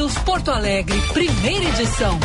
News Porto Alegre, primeira edição.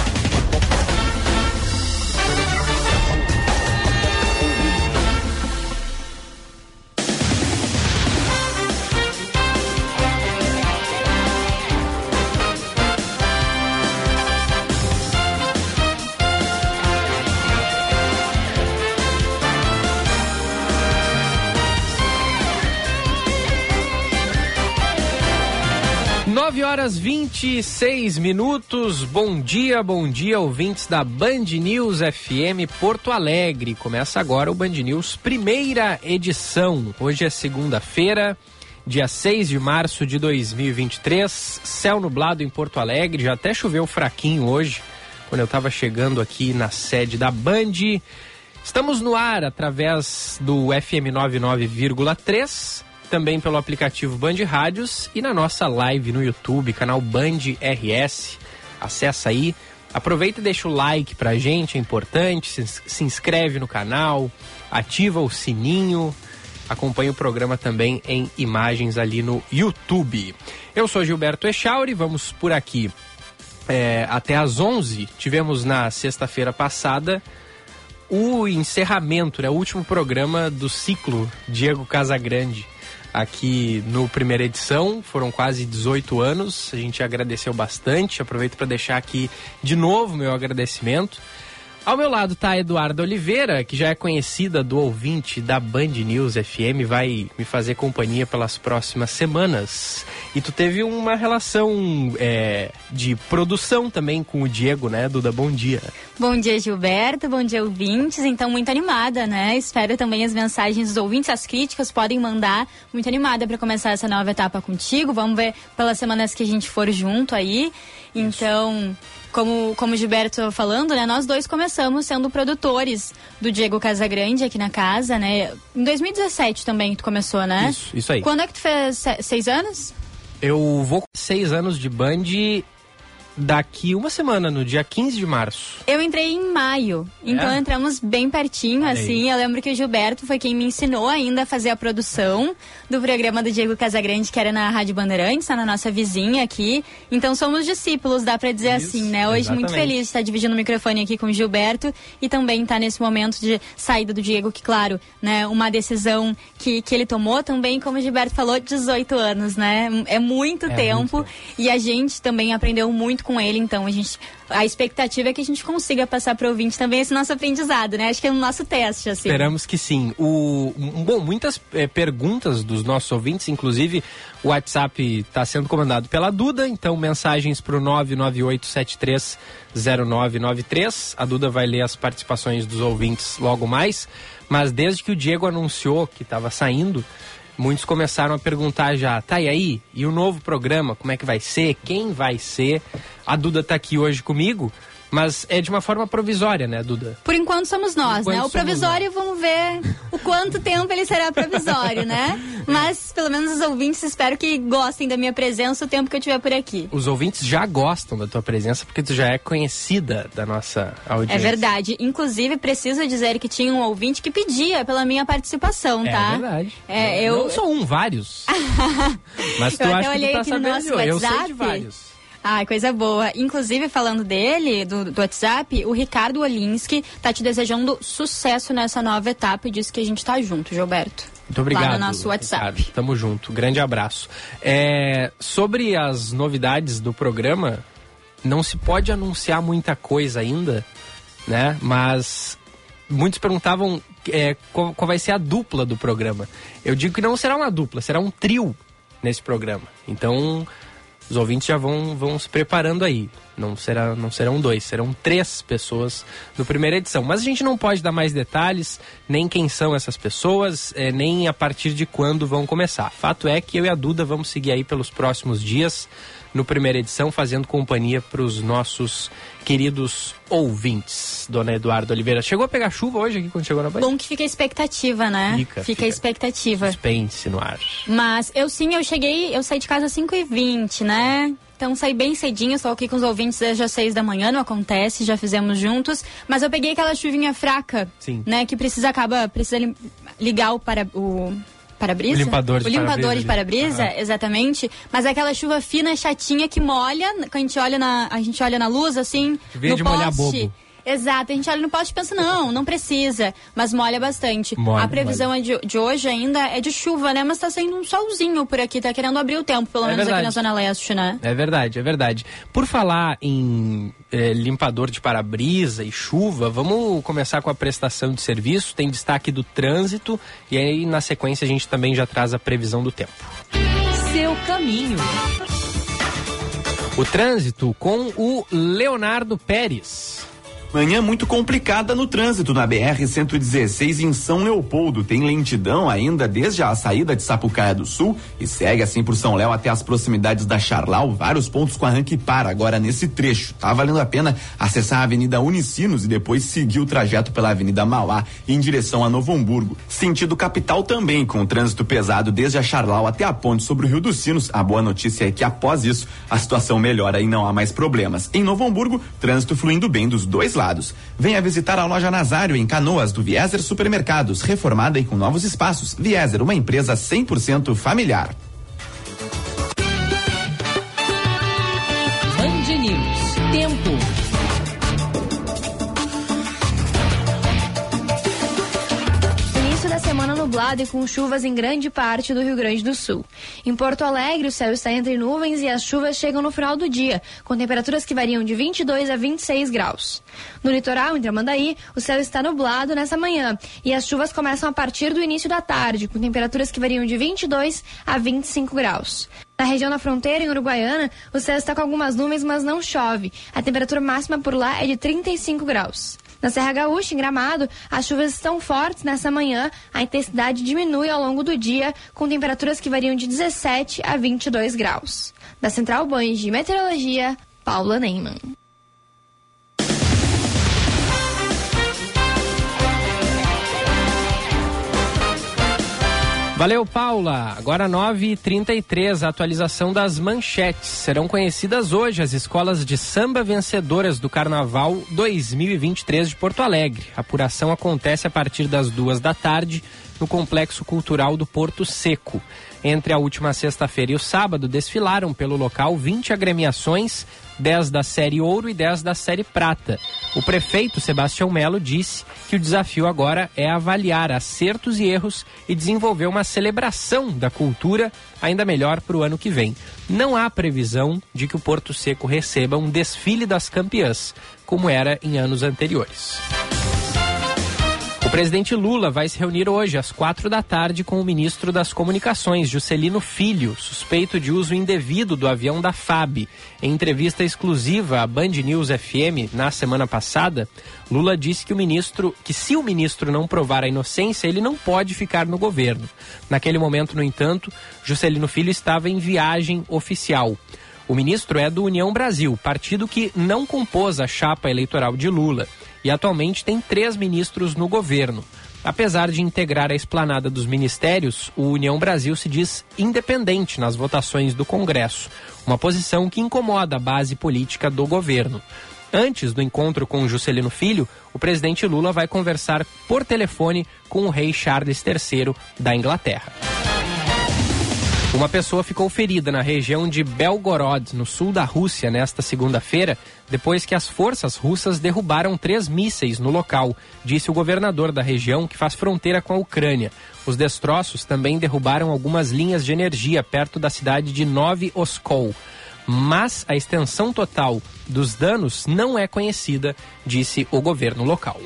Horas 26 minutos. Bom dia, ouvintes da Band News FM Porto Alegre. Começa agora o Band News primeira edição. Hoje é segunda-feira, dia 6 de março de 2023. Céu nublado em Porto Alegre, já até choveu fraquinho hoje, quando eu estava chegando aqui na sede da Band. Estamos no ar através do FM 99,3, também pelo aplicativo Band Rádios e na nossa live no YouTube, canal Band RS. Acessa aí, aproveita e deixa o like pra gente, é importante, se inscreve no canal, ativa o sininho, acompanha o programa também em imagens ali no YouTube. Eu sou Gilberto Echauri, vamos por aqui até às 11. Tivemos na sexta-feira passada o encerramento, né, o último programa do ciclo Diego Casagrande aqui no primeira edição. Foram quase 18 anos, a gente agradeceu bastante. Aproveito para deixar aqui de novo meu agradecimento. Ao meu lado está a Eduarda Oliveira, que já é conhecida do ouvinte da Band News FM, vai me fazer companhia pelas próximas semanas. E tu teve uma relação de produção também com o Diego, né, Duda? Bom dia. Bom dia, Gilberto. Bom dia, ouvintes. Então, muito animada, né? Espero também as mensagens dos ouvintes, as críticas podem mandar. Muito animada para começar essa nova etapa contigo. Vamos ver pelas semanas que a gente for junto aí. Então, como o Gilberto estava falando, né? Nós dois começamos sendo produtores do Diego Casagrande aqui na casa, né? Em 2017 também tu começou, né? Isso aí. Quando é que tu fez 6 anos? Eu vou com 6 anos de Band daqui uma semana, no dia 15 de março. Eu entrei em maio, então entramos bem pertinho, assim. Eu lembro que o Gilberto foi quem me ensinou ainda a fazer a produção do programa do Diego Casagrande, que era na Rádio Bandeirantes, tá na nossa vizinha aqui. Então somos discípulos, dá pra dizer assim, né? Hoje exatamente. Muito feliz de estar dividindo o microfone aqui com o Gilberto e também tá nesse momento de saída do Diego, que claro, né, uma decisão que ele tomou também, como o Gilberto falou, 18 anos, né? É muito tempo e a gente também aprendeu muito com ele, então a expectativa é que a gente consiga passar para o ouvinte também esse nosso aprendizado, né? Acho que é o nosso teste, assim. Esperamos que sim. Bom, muitas perguntas dos nossos ouvintes, inclusive o WhatsApp está sendo comandado pela Duda, então mensagens para o 998730993. A Duda vai ler as participações dos ouvintes logo mais, mas desde que o Diego anunciou que estava saindo, muitos começaram a perguntar já, tá, e aí? E o novo programa, como é que vai ser? Quem vai ser? A Duda tá aqui hoje comigo, mas é de uma forma provisória, né, Duda? Por enquanto somos nós, né? O provisório, vamos ver o quanto tempo ele será provisório, né? Mas, pelo menos os ouvintes, espero que gostem da minha presença o tempo que eu estiver por aqui. Os ouvintes já gostam da tua presença, porque tu já é conhecida da nossa audiência. É verdade. Inclusive, preciso dizer que tinha um ouvinte que pedia pela minha participação, tá? É verdade. Não só um, vários. Mas tu acha que tu tá sabendo? Eu sei de vários. Ah, coisa boa. Inclusive, falando dele, do WhatsApp, o Ricardo Olinski tá te desejando sucesso nessa nova etapa e disse que a gente tá junto, Gilberto. Muito obrigado. Lá no nosso WhatsApp. Ricardo, tamo junto. Grande abraço. Sobre as novidades do programa, não se pode anunciar muita coisa ainda, né? Mas muitos perguntavam qual vai ser a dupla do programa. Eu digo que não será uma dupla, será um trio nesse programa. Então, os ouvintes já vão se preparando aí. Não serão 2, serão 3 pessoas no primeira edição. Mas a gente não pode dar mais detalhes, nem quem são essas pessoas, nem a partir de quando vão começar. Fato é que eu e a Duda vamos seguir aí pelos próximos dias no primeira edição, fazendo companhia para os nossos queridos ouvintes. Dona Eduarda Oliveira, chegou a pegar chuva hoje aqui quando chegou na Band? Bom que fica a expectativa, né? Fica a expectativa. Suspense no ar. Mas eu saí de casa às 5h20, né? Então saí bem cedinho, estou aqui com os ouvintes desde as 6 da manhã, não acontece, já fizemos juntos. Mas eu peguei aquela chuvinha fraca, sim, né? Que precisa ligar para-brisa? O limpador de para-brisa, exatamente. Mas é aquela chuva fina, chatinha, que molha, que a gente olha na luz, assim, no poste. Molhar bobo. Exato, a gente olha no poste e pensa, não precisa, mas molha bastante. A previsão de hoje ainda é de chuva, né? Mas tá saindo um solzinho por aqui, tá querendo abrir o tempo, pelo menos aqui na Zona Leste, né? É verdade. Por falar em limpador de para-brisa e chuva, vamos começar com a prestação de serviço, tem destaque do trânsito e aí na sequência a gente também já traz a previsão do tempo. Seu caminho. O trânsito com o Leonardo Pérez. Manhã muito complicada no trânsito na BR-116 em São Leopoldo. Tem lentidão ainda desde a saída de Sapucaia do Sul e segue assim por São Léo até as proximidades da Charlau, vários pontos com arranque e para agora nesse trecho. Tá valendo a pena acessar a Avenida Unicinos e depois seguir o trajeto pela Avenida Mauá em direção a Novo Hamburgo. Sentido capital também, com o trânsito pesado desde a Charlau até a ponte sobre o Rio dos Sinos. A boa notícia é que após isso a situação melhora e não há mais problemas. Em Novo Hamburgo, trânsito fluindo bem dos dois lados. Venha visitar a loja Nazário em Canoas do Vieser Supermercados, reformada e com novos espaços. Vieser, uma empresa 100% familiar. Band News. Tempo. Semana nublada e com chuvas em grande parte do Rio Grande do Sul. Em Porto Alegre, o céu está entre nuvens e as chuvas chegam no final do dia, com temperaturas que variam de 22 a 26 graus. No litoral, em Tramandaí, o céu está nublado nessa manhã e as chuvas começam a partir do início da tarde, com temperaturas que variam de 22 a 25 graus. Na região da fronteira, em Uruguaiana, o céu está com algumas nuvens, mas não chove. A temperatura máxima por lá é de 35 graus. Na Serra Gaúcha, em Gramado, as chuvas estão fortes nessa manhã, a intensidade diminui ao longo do dia, com temperaturas que variam de 17 a 22 graus. Da Central Band de Meteorologia, Paula Neyman. Valeu, Paula. Agora 9h33, a atualização das manchetes. Serão conhecidas hoje as escolas de samba vencedoras do Carnaval 2023 de Porto Alegre. A apuração acontece a partir das 14h no Complexo Cultural do Porto Seco. Entre a última sexta-feira e o sábado, desfilaram pelo local 20 agremiações, 10 da série Ouro e 10 da série Prata. O prefeito Sebastião Melo disse que o desafio agora é avaliar acertos e erros e desenvolver uma celebração da cultura ainda melhor para o ano que vem. Não há previsão de que o Porto Seco receba um desfile das campeãs, como era em anos anteriores. O presidente Lula vai se reunir hoje às 16h com o ministro das Comunicações, Juscelino Filho, suspeito de uso indevido do avião da FAB. Em entrevista exclusiva à Band News FM na semana passada, Lula disse que se o ministro não provar a inocência, ele não pode ficar no governo. Naquele momento, no entanto, Juscelino Filho estava em viagem oficial. O ministro é do União Brasil, partido que não compôs a chapa eleitoral de Lula. E atualmente tem 3 ministros no governo. Apesar de integrar a esplanada dos ministérios, o União Brasil se diz independente nas votações do Congresso, uma posição que incomoda a base política do governo. Antes do encontro com Juscelino Filho, o presidente Lula vai conversar por telefone com o rei Charles III da Inglaterra. Uma pessoa ficou ferida na região de Belgorod, no sul da Rússia, nesta segunda-feira, depois que as forças russas derrubaram 3 mísseis no local, disse o governador da região, que faz fronteira com a Ucrânia. Os destroços também derrubaram algumas linhas de energia perto da cidade de Novy Oskol. Mas a extensão total dos danos não é conhecida, disse o governo local.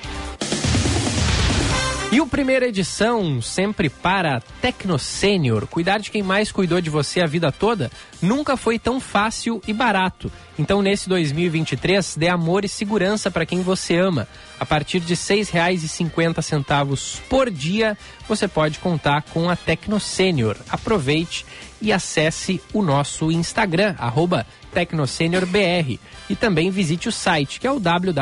E o Primeira Edição, sempre para Tecnosênior. Cuidar de quem mais cuidou de você a vida toda nunca foi tão fácil e barato. Então, nesse 2023, dê amor e segurança para quem você ama. A partir de R$ 6,50 por dia, você pode contar com a Tecnosênior. Aproveite e acesse o nosso Instagram, @TecnoSeniorBR. E também visite o site, que é o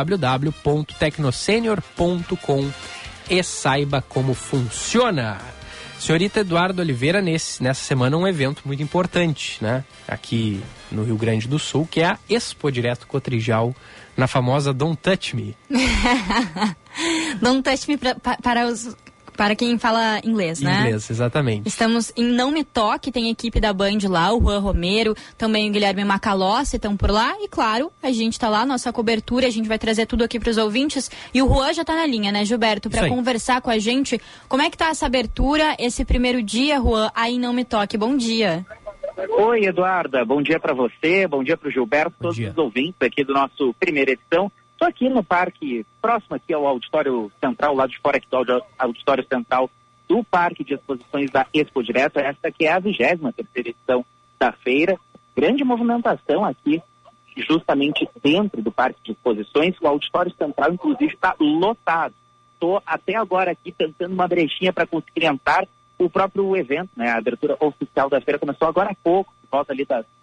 www.tecnosenior.com. E saiba como funciona. Senhorita Eduardo Oliveira, nessa semana um evento muito importante, né? Aqui no Rio Grande do Sul, que é a Expo Direto Cotrijal, na famosa Don't Touch Me. Don't Touch Me para os para quem fala inglês, né? Inglês, exatamente. Estamos em Não Me Toque, tem a equipe da Band lá, o Juan Romero, também o Guilherme Macalossi estão por lá. E claro, a gente tá lá, nossa cobertura, a gente vai trazer tudo aqui pros ouvintes. E o Juan já tá na linha, né, Gilberto? Para conversar com a gente. Como é que tá essa abertura, esse primeiro dia, Juan, aí em Não Me Toque? Bom dia. Oi, Eduarda. Bom dia para você, bom dia pro Gilberto, todos os ouvintes aqui do nosso primeira edição. Estou aqui no parque, próximo aqui ao Auditório Central, lá de fora aqui do Auditório Central do Parque de Exposições da Expo Direto. Esta que é a 23ª edição da feira. Grande movimentação aqui, justamente dentro do Parque de Exposições. O Auditório Central, inclusive, está lotado. Estou até agora aqui tentando uma brechinha para conseguir entrar. O próprio evento, né, a abertura oficial da feira começou agora há pouco, por volta ali das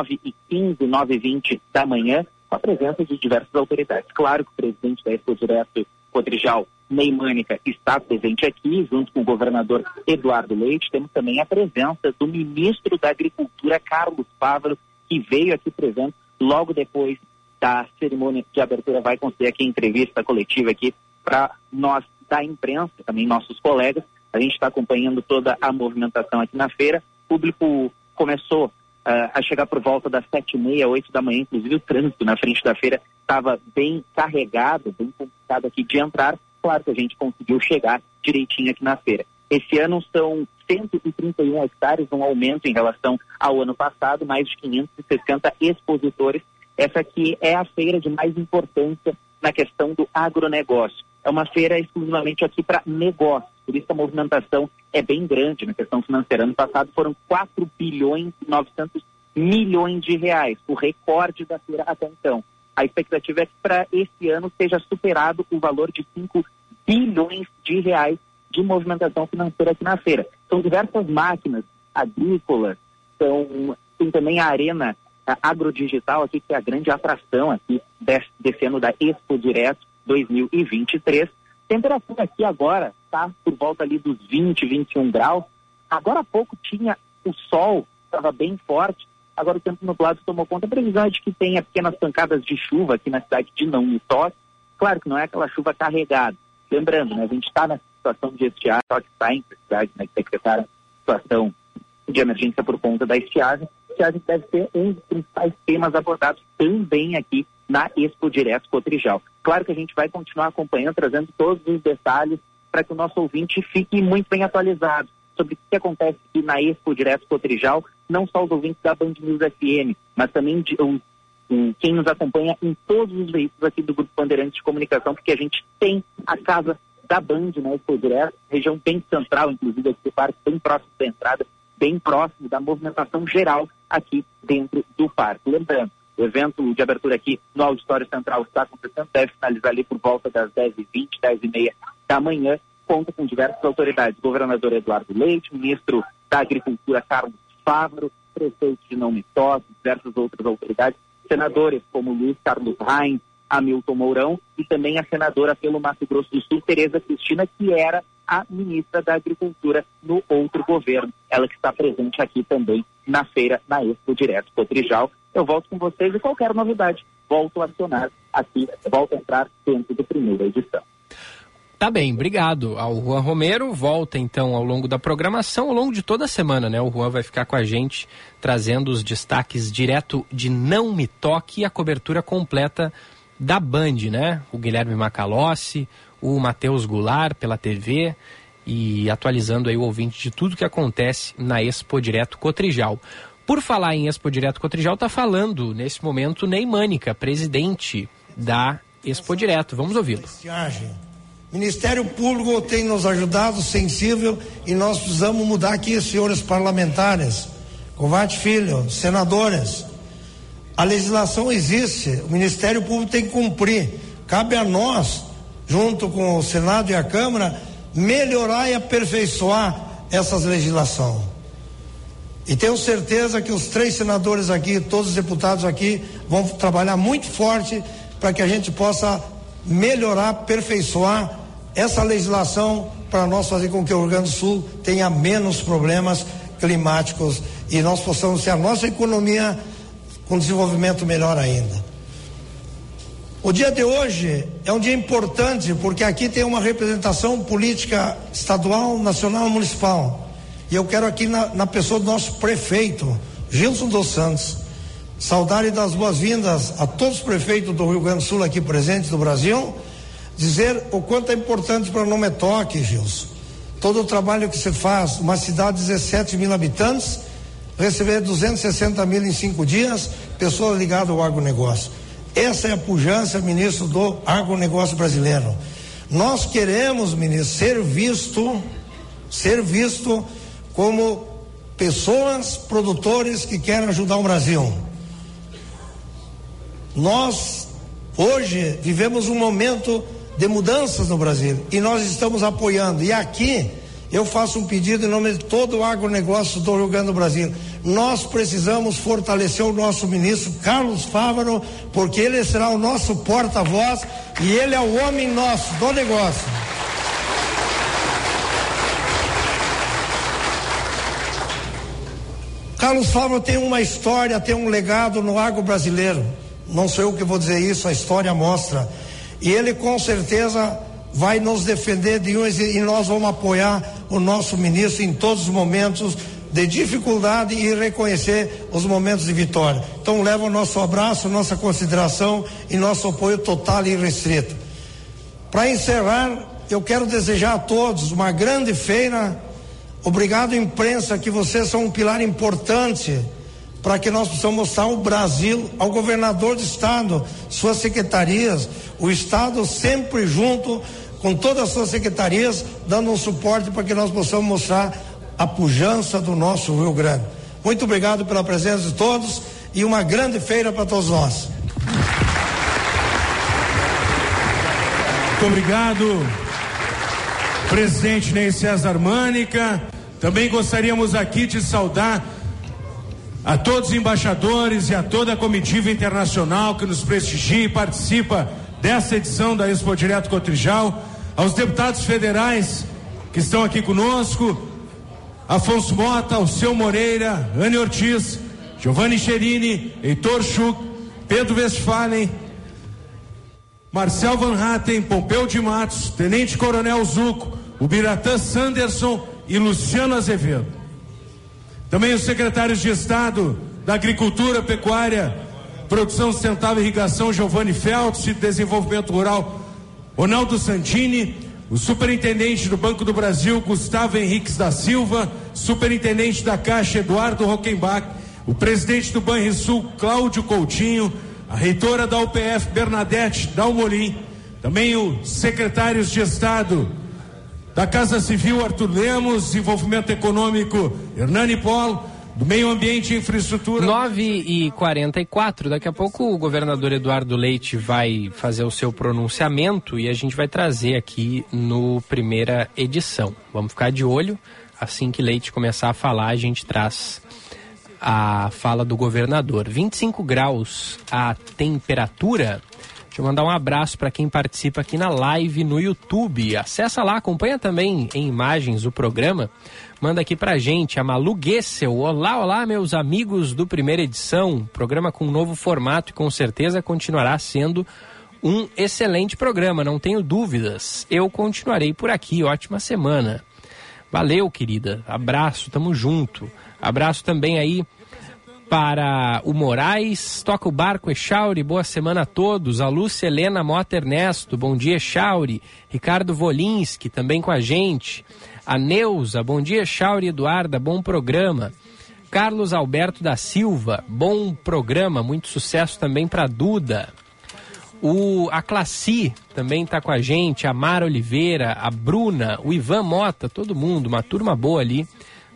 9h15, 9h20 da manhã, com a presença de diversas autoridades. Claro que o presidente da Expo Direto, Cotrijal, Ney Mânica, está presente aqui, junto com o governador Eduardo Leite. Temos também a presença do ministro da Agricultura, Carlos Fávaro, que veio aqui presente logo depois da cerimônia de abertura. Vai conceder aqui entrevista coletiva aqui para nós da imprensa, também nossos colegas. A gente está acompanhando toda a movimentação aqui na feira. O público começou a chegar por volta das 7h30, 8 da manhã. Inclusive o trânsito na frente da feira estava bem carregado, bem complicado aqui de entrar. Claro que a gente conseguiu chegar direitinho aqui na feira. Esse ano são 131 hectares, um aumento em relação ao ano passado, mais de 560 expositores. Essa aqui é a feira de mais importância na questão do agronegócio. É uma feira exclusivamente aqui para negócios, por isso a movimentação é bem grande na questão financeira. Ano passado foram 4 bilhões e 900 milhões de reais, o recorde da feira até então. A expectativa é que para esse ano seja superado o valor de 5 bilhões de reais de movimentação financeira aqui na feira. São diversas máquinas agrícolas, tem também a Arena Agrodigital aqui, que é a grande atração aqui desse ano da Expo Direto 2023. Temperatura aqui agora está por volta ali dos 20, 21 graus. Agora há pouco tinha o sol, estava bem forte. Agora o tempo nublado tomou conta. A previsão é de que tenha pequenas pancadas de chuva aqui na cidade de Não Me Toque. Claro que não é aquela chuva carregada. Lembrando, né, a gente está nessa situação de estiagem, só que está entre a cidade, né, que decretaram situação de emergência por conta da estiagem. A estiagem deve ser um dos principais temas abordados também aqui na Expo Direto Cotrijal. Claro que a gente vai continuar acompanhando, trazendo todos os detalhes para que o nosso ouvinte fique muito bem atualizado sobre o que acontece aqui na Expo Direto Cotrijal, não só os ouvintes da Band News FM, mas também quem nos acompanha em todos os veículos aqui do Grupo Bandeirantes de Comunicação, porque a gente tem a casa da Band na Expo Direto, região bem central, inclusive aqui do parque, bem próximo da entrada, bem próximo da movimentação geral aqui dentro do parque. Lembrando, o evento de abertura aqui no Auditório Central está acontecendo, deve finalizar ali por volta das 10h20, 10h30 da manhã. Conta com diversas autoridades, governador Eduardo Leite, ministro da Agricultura Carlos Fávaro, prefeito de Não Me Toque, diversas outras autoridades, senadores como Luiz Carlos Reins, Hamilton Mourão e também a senadora pelo Mato Grosso do Sul, Tereza Cristina, que era a ministra da Agricultura no outro governo. Ela que está presente aqui também na feira, na Expo Direto Cotrijal. Eu volto com vocês e qualquer novidade, volto a acionar aqui, volto a entrar dentro da primeira edição. Tá bem, obrigado ao Juan Romero. Volta então ao longo da programação, ao longo de toda a semana, né? O Juan vai ficar com a gente, trazendo os destaques direto de Não Me Toque e a cobertura completa da Band, né? O Guilherme Macalossi, o Matheus Goulart pela TV e atualizando aí o ouvinte de tudo que acontece na Expo Direto Cotrijal. Por falar em Expo Direto Cotrijal, tá falando nesse momento Ney Mânica, presidente da Expo Direto. Vamos ouvi-lo. O Ministério Público tem nos ajudado, sensível, e nós precisamos mudar aqui, senhores parlamentares, Covatti Filho, senadores. A legislação existe, o Ministério Público tem que cumprir. Cabe a nós, junto com o Senado e a Câmara, melhorar e aperfeiçoar essas legislações. E tenho certeza que os 3 senadores aqui, todos os deputados aqui, vão trabalhar muito forte para que a gente possa melhorar, aperfeiçoar essa legislação para nós fazer com que o Rio Grande do Sul tenha menos problemas climáticos e nós possamos ter a nossa economia com desenvolvimento melhor ainda. O dia de hoje é um dia importante porque aqui tem uma representação política estadual, nacional e municipal. E eu quero aqui na pessoa do nosso prefeito, Gilson dos Santos, saudar e dar as boas-vindas a todos os prefeitos do Rio Grande do Sul aqui presentes do Brasil, dizer o quanto é importante para Nome Toque, Gilson. Todo o trabalho que se faz, uma cidade de 17 mil habitantes, receber 260 mil em 5 dias, pessoas ligadas ao agronegócio. Essa é a pujança, ministro, do agronegócio brasileiro. Nós queremos, ministro, ser visto como pessoas, produtores que querem ajudar o Brasil. Nós, hoje, vivemos um momento de mudanças no Brasil e nós estamos apoiando. E aqui, eu faço um pedido em nome de todo o agronegócio do Rio Grande do Brasil. Nós precisamos fortalecer o nosso ministro Carlos Fávaro, porque ele será o nosso porta-voz e ele é o homem nosso do negócio. Carlos Fávaro tem uma história, tem um legado no agro brasileiro. Não sou eu que vou dizer isso, a história mostra. E ele com certeza vai nos defender e nós vamos apoiar o nosso ministro em todos os momentos de dificuldade e reconhecer os momentos de vitória. Então leva o nosso abraço, nossa consideração e nosso apoio total e irrestrito. Para encerrar, eu quero desejar a todos uma grande feira. Obrigado, imprensa, que vocês são um pilar importante para que nós possamos mostrar o Brasil ao governador do estado, suas secretarias, o estado sempre junto com todas as suas secretarias, dando um suporte para que nós possamos mostrar a pujança do nosso Rio Grande. Muito obrigado pela presença de todos e uma grande feira para todos nós. Muito obrigado, presidente Ney César Mânica. Também gostaríamos aqui de saudar a todos os embaixadores e a toda a comitiva internacional que nos prestigia e participa dessa edição da Expo Direto Cotrijal, aos deputados federais que estão aqui conosco, Afonso Mota, Alceu Moreira, Anne Ortiz, Giovanni Cherini, Heitor Schuch, Pedro Westphalen, Marcel Van Hatten, Pompeu de Matos, Tenente Coronel Zuco, o Biratã Sanderson e Luciano Azevedo. Também os secretários de Estado da Agricultura, Pecuária, Produção Sustentável e Irrigação, Giovanni Feltz, e Desenvolvimento Rural, Ronaldo Santini, o superintendente do Banco do Brasil, Gustavo Henriques da Silva, superintendente da Caixa, Eduardo Rockenbach, o presidente do Banrisul, Cláudio Coutinho, a reitora da UPF, Bernadette Dalmolin, também os secretários de Estado da Casa Civil, Arthur Lemos, Desenvolvimento Econômico, Hernani Polo, do Meio Ambiente e Infraestrutura. 9h44, daqui a pouco o governador Eduardo Leite vai fazer o seu pronunciamento e a gente vai trazer aqui no primeira edição. Vamos ficar de olho, assim que Leite começar a falar, a gente traz a fala do governador. 25 graus a temperatura. Deixa eu mandar um abraço para quem participa aqui na live no YouTube. Acessa lá, acompanha também em imagens o programa. Manda aqui pra gente, a Malu Gessel. Olá, olá, meus amigos do Primeira Edição. Programa com um novo formato e com certeza continuará sendo um excelente programa, não tenho dúvidas. Eu continuarei por aqui, ótima semana. Valeu, querida. Abraço, tamo junto. Abraço também aí para o Moraes, toca o barco, Echauri, boa semana a todos. A Lúcia Helena Mota Ernesto, bom dia, Echauri. Ricardo Volinski, também com a gente. A Neuza, bom dia, Echauri, Eduarda, bom programa. Carlos Alberto da Silva, bom programa, muito sucesso também para Duda. A Classi também está com a gente, a Mara Oliveira, a Bruna, o Ivan Mota, todo mundo, uma turma boa ali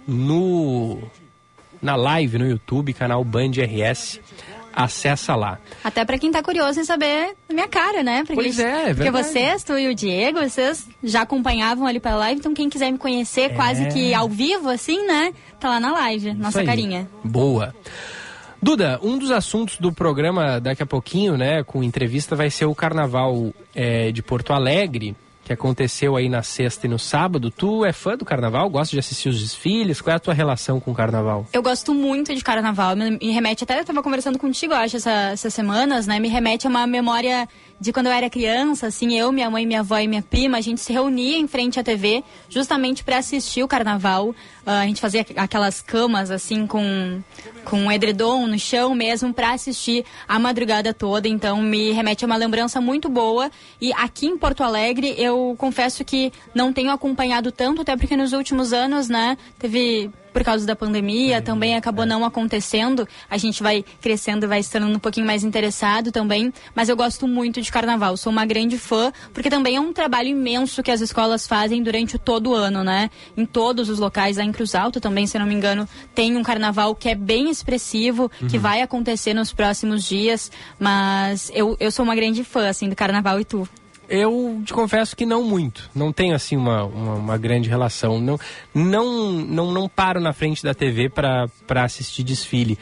na live no YouTube, canal Band RS, acessa lá. Até pra quem tá curioso em saber a minha cara, né? Pois é verdade. Porque vocês, tu e o Diego, vocês já acompanhavam ali pela live, então quem quiser me conhecer quase que ao vivo, assim, né? Tá lá na live, nossa carinha. Boa. Duda, um dos assuntos do programa daqui a pouquinho, né, com entrevista, vai ser o Carnaval de Porto Alegre. que aconteceu aí na sexta e no sábado. Tu é fã do carnaval? Gosta de assistir os desfiles? Qual é a tua relação com o carnaval? Eu gosto muito de carnaval. Me remete, até eu estava conversando contigo, acho, essas semanas, né? Me remete a uma memória de quando eu era criança, assim, eu, minha mãe, minha avó e minha prima, a gente se reunia em frente à TV justamente para assistir o carnaval. A gente fazia aquelas camas, assim, com um edredom no chão mesmo, para assistir a madrugada toda. Então, me remete a uma lembrança muito boa. E aqui em Porto Alegre, eu confesso que não tenho acompanhado tanto, até porque nos últimos anos, né, por causa da pandemia, também acabou não acontecendo. A gente vai crescendo e vai se tornando um pouquinho mais interessado também. Mas eu gosto muito de carnaval. Sou uma grande fã, porque também é um trabalho imenso que as escolas fazem durante todo o ano, né? Em todos os locais. Lá em Cruz Alta também, se não me engano, tem um carnaval que é bem expressivo, que vai acontecer nos próximos dias. Mas eu sou uma grande fã, assim, do carnaval. E tu? Eu te confesso que não muito. Não tenho, assim, uma grande relação. Não paro na frente da TV para assistir desfile.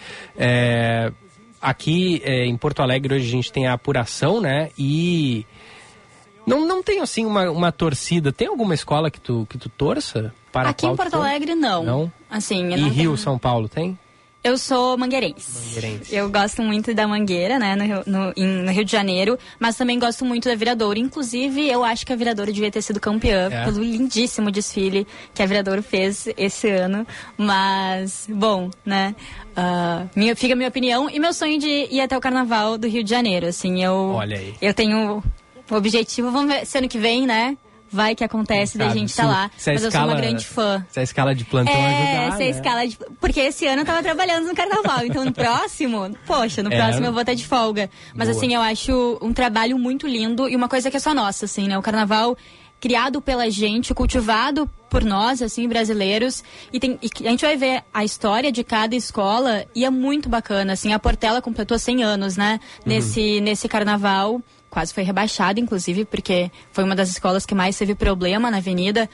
Aqui em Porto Alegre hoje a gente tem a apuração, né? E não tenho, assim, uma torcida. Tem alguma escola que tu torça? Para aqui em Porto Alegre, não. Não? Assim, e Rio, São Paulo, tem? Eu sou mangueirense. Eu gosto muito da Mangueira, né, no Rio de Janeiro, mas também gosto muito da Viradouro. Inclusive, eu acho que a Viradouro devia ter sido campeã pelo lindíssimo desfile que a Viradouro fez esse ano. mas, bom, né, fica a minha opinião e meu sonho de ir até o Carnaval do Rio de Janeiro, assim, Olha aí. Eu tenho o objetivo, vamos ver se ano que vem, né, vai que acontece da gente estar lá, mas eu sou uma grande fã. Se a escala de plantão ajudar, se a escala de... Porque esse ano eu tava trabalhando no Carnaval, então no próximo, no próximo eu vou estar de folga. Mas Boa. Assim, eu acho um trabalho muito lindo e uma coisa que é só nossa, assim, né? O Carnaval criado pela gente, cultivado por nós, assim, brasileiros, e a gente vai ver a história de cada escola e é muito bacana, assim, a Portela completou 100 anos, né? Nesse Carnaval. Quase foi rebaixada, inclusive, porque foi uma das escolas que mais teve problema na avenida.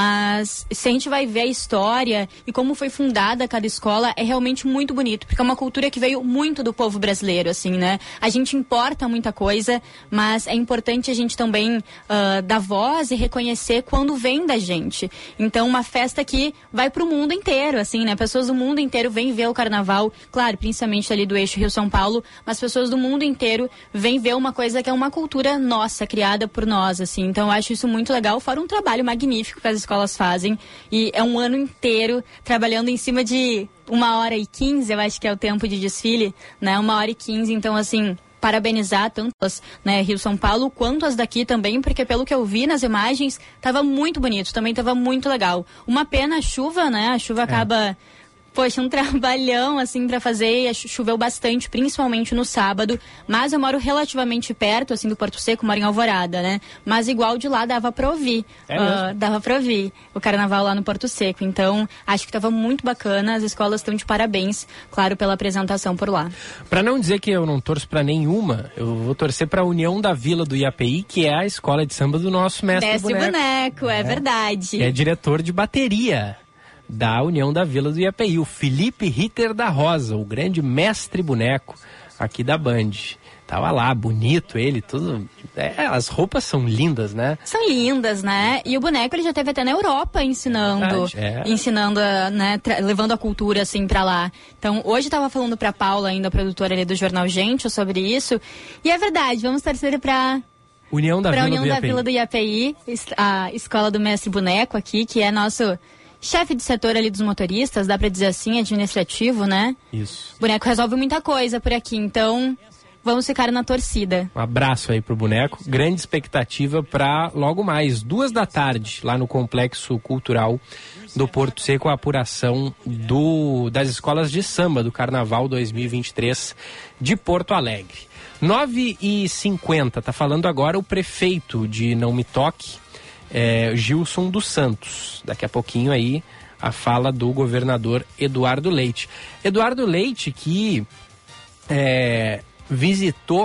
Mas se a gente vai ver a história e como foi fundada cada escola, é realmente muito bonito. Porque é uma cultura que veio muito do povo brasileiro, assim, né? A gente importa muita coisa, mas é importante a gente também dar voz e reconhecer quando vem da gente. Então, uma festa que vai pro mundo inteiro, assim, né? Pessoas do mundo inteiro vêm ver o Carnaval, claro, principalmente ali do eixo Rio-São Paulo, mas pessoas do mundo inteiro vêm ver uma coisa que é uma cultura nossa, criada por nós, assim. Então, eu acho isso muito legal, fora um trabalho magnífico que as escolas fazem. E é um ano inteiro trabalhando em cima de 1h15, eu acho que é o tempo de desfile, né? 1h15, então, assim, parabenizar tanto as, né, Rio-São Paulo, quanto as daqui também, porque pelo que eu vi nas imagens, tava muito bonito, também tava muito legal. Uma pena a chuva, né? A chuva acaba... Poxa, um trabalhão, assim, pra fazer. Choveu bastante, principalmente no sábado. Mas eu moro relativamente perto, assim, do Porto Seco, moro em Alvorada, né? Mas igual de lá dava pra ouvir. Dava pra ouvir o Carnaval lá no Porto Seco. Então, acho que tava muito bacana. As escolas estão de parabéns, claro, pela apresentação por lá. Pra não dizer que eu não torço pra nenhuma, eu vou torcer pra União da Vila do IAPI, que é a escola de samba do nosso mestre Boneco. É verdade. Que é diretor de bateria da União da Vila do IAPI, o Felipe Ritter da Rosa, o grande mestre boneco aqui da Band. Tava lá, bonito ele, tudo. As roupas são lindas, né? São lindas, né? E o boneco ele já esteve até na Europa ensinando, né? Levando a cultura assim pra lá. Então, hoje eu tava falando pra Paula, ainda produtora ali do Jornal Gente, sobre isso. E é verdade, vamos torcer pra União da Vila do IAPI, a escola do mestre boneco aqui, que é nosso chefe de setor ali dos motoristas, dá pra dizer assim, administrativo, né? Isso. O boneco resolve muita coisa por aqui, então vamos ficar na torcida. Um abraço aí pro boneco, grande expectativa pra logo mais, 14h, lá no Complexo Cultural do Porto Seco, a apuração das escolas de samba do Carnaval 2023 de Porto Alegre. 9h50, tá falando agora o prefeito de Não Me Toque, Gilson dos Santos. Daqui a pouquinho aí a fala do governador Eduardo Leite. Eduardo Leite que visitou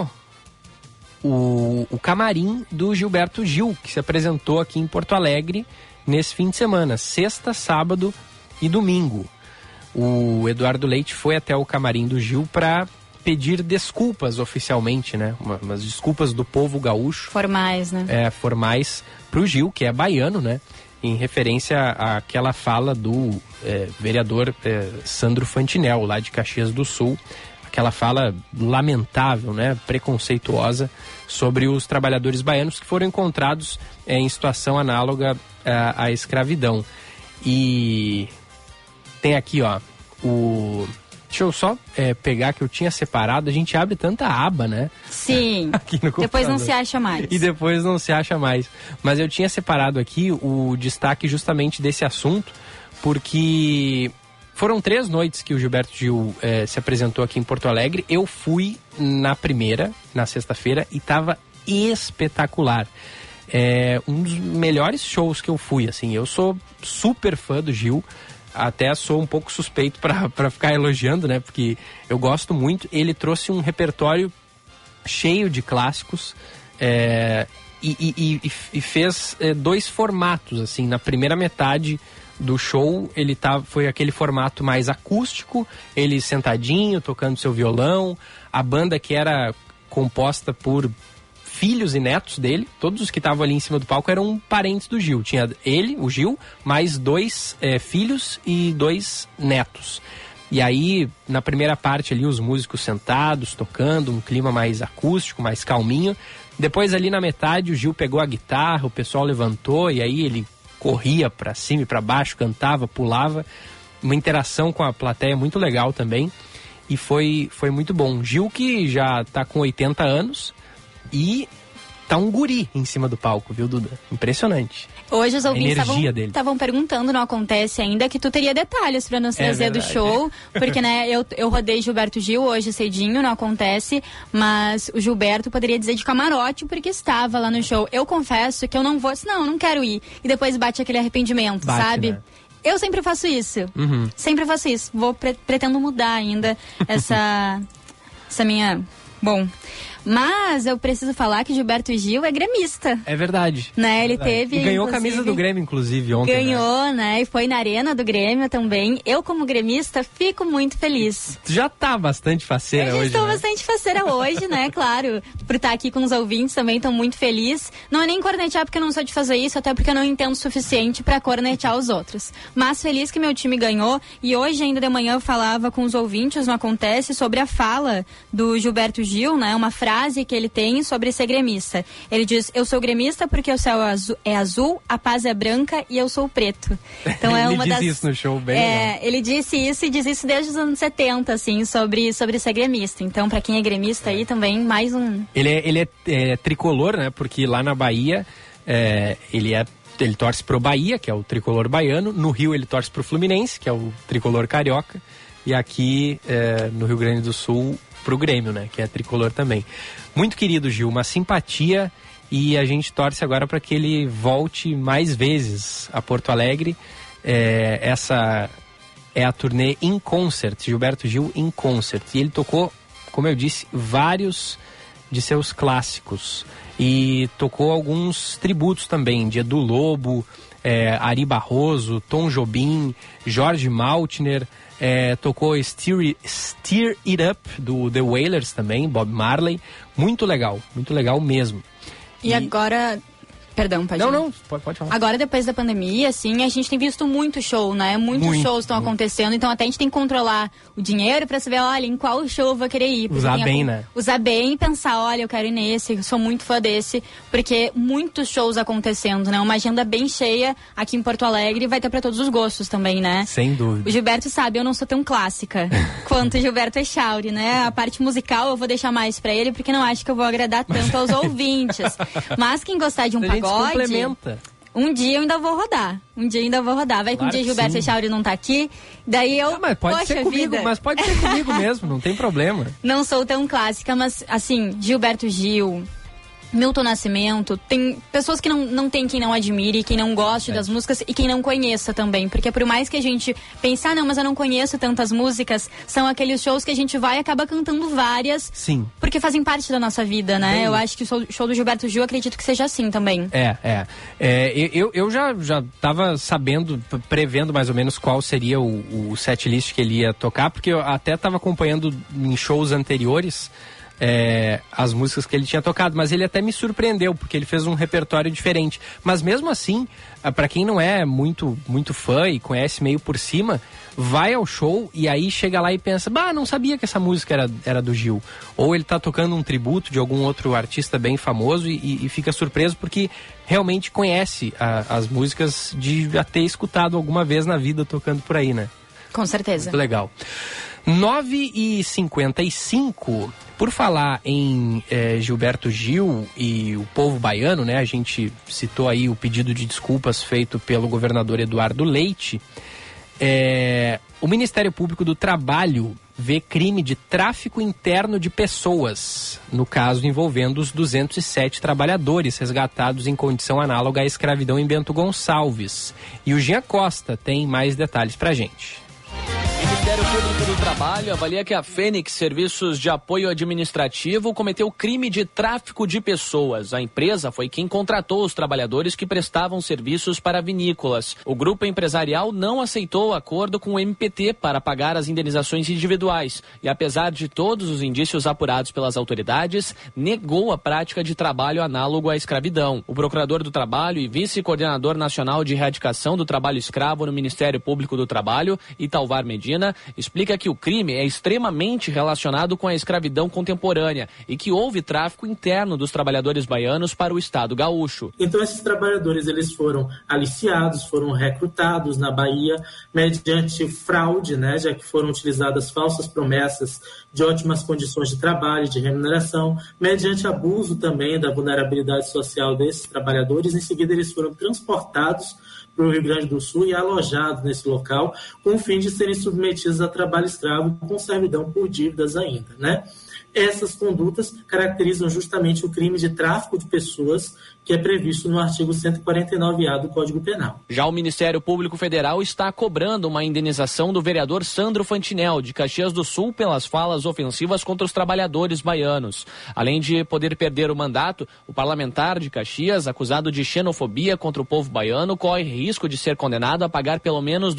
o camarim do Gilberto Gil, que se apresentou aqui em Porto Alegre nesse fim de semana, sexta, sábado e domingo. O Eduardo Leite foi até o camarim do Gil para pedir desculpas oficialmente, né? Umas desculpas do povo gaúcho. Formais, né? Formais pro Gil, que é baiano, né? Em referência àquela fala do vereador Sandro Fantinel, lá de Caxias do Sul. Aquela fala lamentável, né? Preconceituosa sobre os trabalhadores baianos que foram encontrados em situação análoga à escravidão. E tem aqui, ó, deixa eu só pegar que eu tinha separado. A gente abre tanta aba, né? Sim. Aqui no depois não se acha mais. E depois não se acha mais. Mas eu tinha separado aqui o destaque justamente desse assunto, porque foram 3 noites que o Gilberto Gil se apresentou aqui em Porto Alegre. Eu fui na primeira, na sexta-feira, e tava espetacular. Um dos melhores shows que eu fui, assim. Eu sou super fã do Gil. Até sou um pouco suspeito para ficar elogiando, né? Porque eu gosto muito. Ele trouxe um repertório cheio de clássicos e fez 2 formatos, assim. Na primeira metade do show, foi aquele formato mais acústico, ele sentadinho, tocando seu violão. A banda que era composta por filhos e netos dele, todos os que estavam ali em cima do palco eram parentes do Gil. Tinha ele, o Gil, mais 2 filhos e 2 netos. E aí, na primeira parte ali, os músicos sentados, tocando, um clima mais acústico, mais calminho. Depois ali na metade, o Gil pegou a guitarra, o pessoal levantou e aí ele corria pra cima e pra baixo, cantava, pulava. Uma interação com a plateia muito legal também. E foi muito bom. Gil que já tá com 80 anos... E tá um guri em cima do palco, viu, Duda? Impressionante. Hoje os ouvintes estavam perguntando, não acontece ainda, que tu teria detalhes pra nos trazer do show. Porque, né, eu rodei Gilberto Gil hoje cedinho, não acontece. Mas o Gilberto poderia dizer de camarote porque estava lá no show. Eu confesso que eu não vou, não quero ir. E depois bate aquele arrependimento, sabe? Né? Eu sempre faço isso. Uhum. Sempre faço isso. Pretendo mudar ainda essa minha... Bom... Mas eu preciso falar que Gilberto Gil é gremista. É verdade. Né? Ele verdade. teve... E ganhou a camisa do Grêmio, inclusive, ontem. Ganhou, né? E foi na arena do Grêmio também. Eu, como gremista, fico muito feliz. Tu já tá bastante faceira hoje, estou bastante faceira hoje, né? Claro. Por estar aqui com os ouvintes também, estou muito feliz. Não é nem cornetear porque eu não sou de fazer isso, até porque eu não entendo o suficiente para cornetear os outros. Mas feliz que meu time ganhou. E hoje, ainda de manhã, eu falava com os ouvintes, não acontece, sobre a fala do Gilberto Gil, né? Uma frase que ele tem sobre ser gremista. Ele diz: eu sou gremista porque o céu é azul, a paz é branca e eu sou preto. Então é uma das... Ele disse isso no show, bem legal. Ele disse isso e diz isso desde os anos 70, assim, sobre ser gremista. Então, pra quem é gremista aí também, mais um... Ele é tricolor, né? Porque lá na Bahia, ele torce pro Bahia, que é o tricolor baiano. No Rio ele torce pro Fluminense, que é o tricolor carioca. E aqui no Rio Grande do Sul, pro Grêmio, né? Que é tricolor também. Muito querido, Gil, uma simpatia, e a gente torce agora para que ele volte mais vezes a Porto Alegre. Essa é a turnê In Concert, Gilberto Gil In Concert. E ele tocou, como eu disse, vários de seus clássicos. E tocou alguns tributos também, de Edu Lobo, Ari Barroso, Tom Jobim, Jorge Maltner. Tocou Steer It Up do The Wailers também, Bob Marley. Muito legal mesmo. E agora... Perdão, pode pode falar. Agora, depois da pandemia, assim, a gente tem visto muito show, né? Muitos shows estão acontecendo, então até a gente tem que controlar o dinheiro pra saber, olha, em qual show eu vou querer ir. Usar bem, né? Usar bem e pensar, olha, eu quero ir nesse, eu sou muito fã desse, porque muitos shows acontecendo, né? Uma agenda bem cheia aqui em Porto Alegre, vai ter pra todos os gostos também, né? Sem dúvida. O Gilberto sabe, eu não sou tão clássica quanto o Gilberto Echauri, né? A parte musical eu vou deixar mais pra ele, porque não acho que eu vou agradar tanto aos ouvintes. Mas quem gostar de um pagode... complementa. Um dia eu ainda vou rodar. Vai que um dia Gilberto Echauri não tá aqui. Daí eu. Mas pode ser comigo, mas pode ser comigo mesmo, não tem problema. Não sou tão clássica, mas assim, Gilberto Gil, Milton Nascimento, tem pessoas que não tem quem não admire, quem não goste das músicas e quem não conheça também, porque por mais que a gente pense, não, mas eu não conheço tantas músicas, são aqueles shows que a gente vai e acaba cantando várias, sim, porque fazem parte da nossa vida, né? Eu acho que o show do Gilberto Gil, acredito que seja assim também. Eu já tava sabendo, prevendo mais ou menos qual seria o setlist que ele ia tocar, porque eu até tava acompanhando em shows anteriores as músicas que ele tinha tocado, mas ele até me surpreendeu, porque ele fez um repertório diferente. Mas mesmo assim, para quem não é muito fã e conhece meio por cima, vai ao show e aí chega lá e pensa, não sabia que essa música era do Gil. Ou ele tá tocando um tributo de algum outro artista bem famoso e fica surpreso porque realmente conhece as músicas de já ter escutado alguma vez na vida tocando por aí, né? Com certeza. Muito legal. 9h55, por falar em Gilberto Gil e o povo baiano, né? A gente citou aí o pedido de desculpas feito pelo governador Eduardo Leite. O Ministério Público do Trabalho vê crime de tráfico interno de pessoas, no caso envolvendo os 207 trabalhadores resgatados em condição análoga à escravidão em Bento Gonçalves. E o Jean Costa tem mais detalhes pra gente. O Ministério Público do Trabalho avalia que a Fênix Serviços de Apoio Administrativo cometeu crime de tráfico de pessoas. A empresa foi quem contratou os trabalhadores que prestavam serviços para vinícolas. O grupo empresarial não aceitou o acordo com o MPT para pagar as indenizações individuais e, apesar de todos os indícios apurados pelas autoridades, negou a prática de trabalho análogo à escravidão. O procurador do Trabalho e vice-coordenador nacional de erradicação do trabalho escravo no Ministério Público do Trabalho, Italvar Medina, explica que o crime é extremamente relacionado com a escravidão contemporânea e que houve tráfico interno dos trabalhadores baianos para o estado gaúcho. Então esses trabalhadores eles foram aliciados, foram recrutados na Bahia mediante fraude, né, já que foram utilizadas falsas promessas de ótimas condições de trabalho, de remuneração, mediante abuso também da vulnerabilidade social desses trabalhadores. Em seguida eles foram transportados para o Rio Grande do Sul e alojados nesse local com o fim de serem submetidos a trabalho escravo com servidão por dívidas ainda, né? Essas condutas caracterizam justamente o crime de tráfico de pessoas que é previsto no artigo 149A do Código Penal. Já o Ministério Público Federal está cobrando uma indenização do vereador Sandro Fantinel, de Caxias do Sul, pelas falas ofensivas contra os trabalhadores baianos. Além de poder perder o mandato, o parlamentar de Caxias, acusado de xenofobia contra o povo baiano, corre risco de ser condenado a pagar pelo menos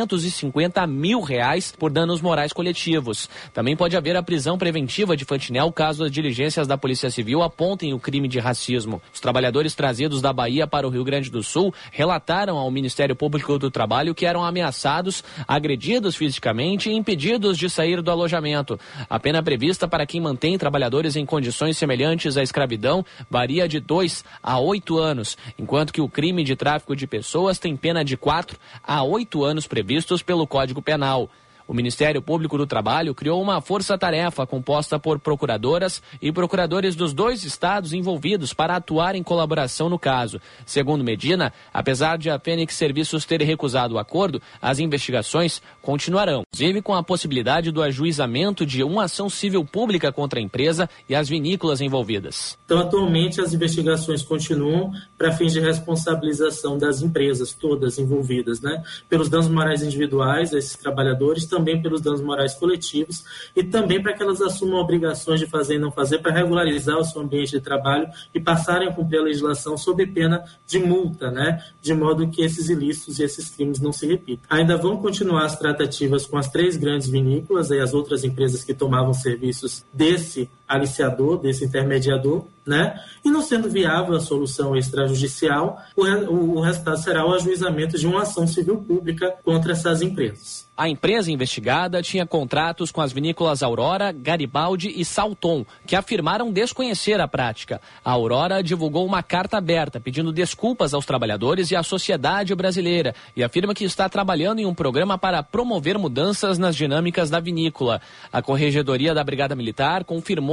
R$250 mil por danos morais coletivos. Também pode haver a prisão preventiva de Fantinel caso as diligências da Polícia Civil apontem o crime de racismo. Os trabalhadores trazidos da Bahia para o Rio Grande do Sul relataram ao Ministério Público do Trabalho que eram ameaçados, agredidos fisicamente e impedidos de sair do alojamento. A pena prevista para quem mantém trabalhadores em condições semelhantes à escravidão varia de 2 a 8 anos, enquanto que o crime de tráfico de pessoas tem pena de 4 a 8 anos previstos pelo Código Penal. O Ministério Público do Trabalho criou uma força-tarefa composta por procuradoras e procuradores dos 2 estados envolvidos para atuar em colaboração no caso. Segundo Medina, apesar de a Fênix Serviços ter recusado o acordo, as investigações continuarão, inclusive com a possibilidade do ajuizamento de uma ação civil pública contra a empresa e as vinícolas envolvidas. Então, atualmente, as investigações continuam para fins de responsabilização das empresas todas envolvidas, né? Pelos danos morais individuais a esses trabalhadores, também pelos danos morais coletivos e também para que elas assumam obrigações de fazer e não fazer para regularizar o seu ambiente de trabalho e passarem a cumprir a legislação sob pena de multa, né? De modo que esses ilícitos e esses crimes não se repitam. Ainda vão continuar as tratativas com as 3 grandes vinícolas e as outras empresas que tomavam serviços desse aliciador, desse intermediador, né? E não sendo viável a solução extrajudicial, o resultado será o ajuizamento de uma ação civil pública contra essas empresas. A empresa investigada tinha contratos com as vinícolas Aurora, Garibaldi e Salton, que afirmaram desconhecer a prática. A Aurora divulgou uma carta aberta pedindo desculpas aos trabalhadores e à sociedade brasileira e afirma que está trabalhando em um programa para promover mudanças nas dinâmicas da vinícola. A Corregedoria da Brigada Militar confirmou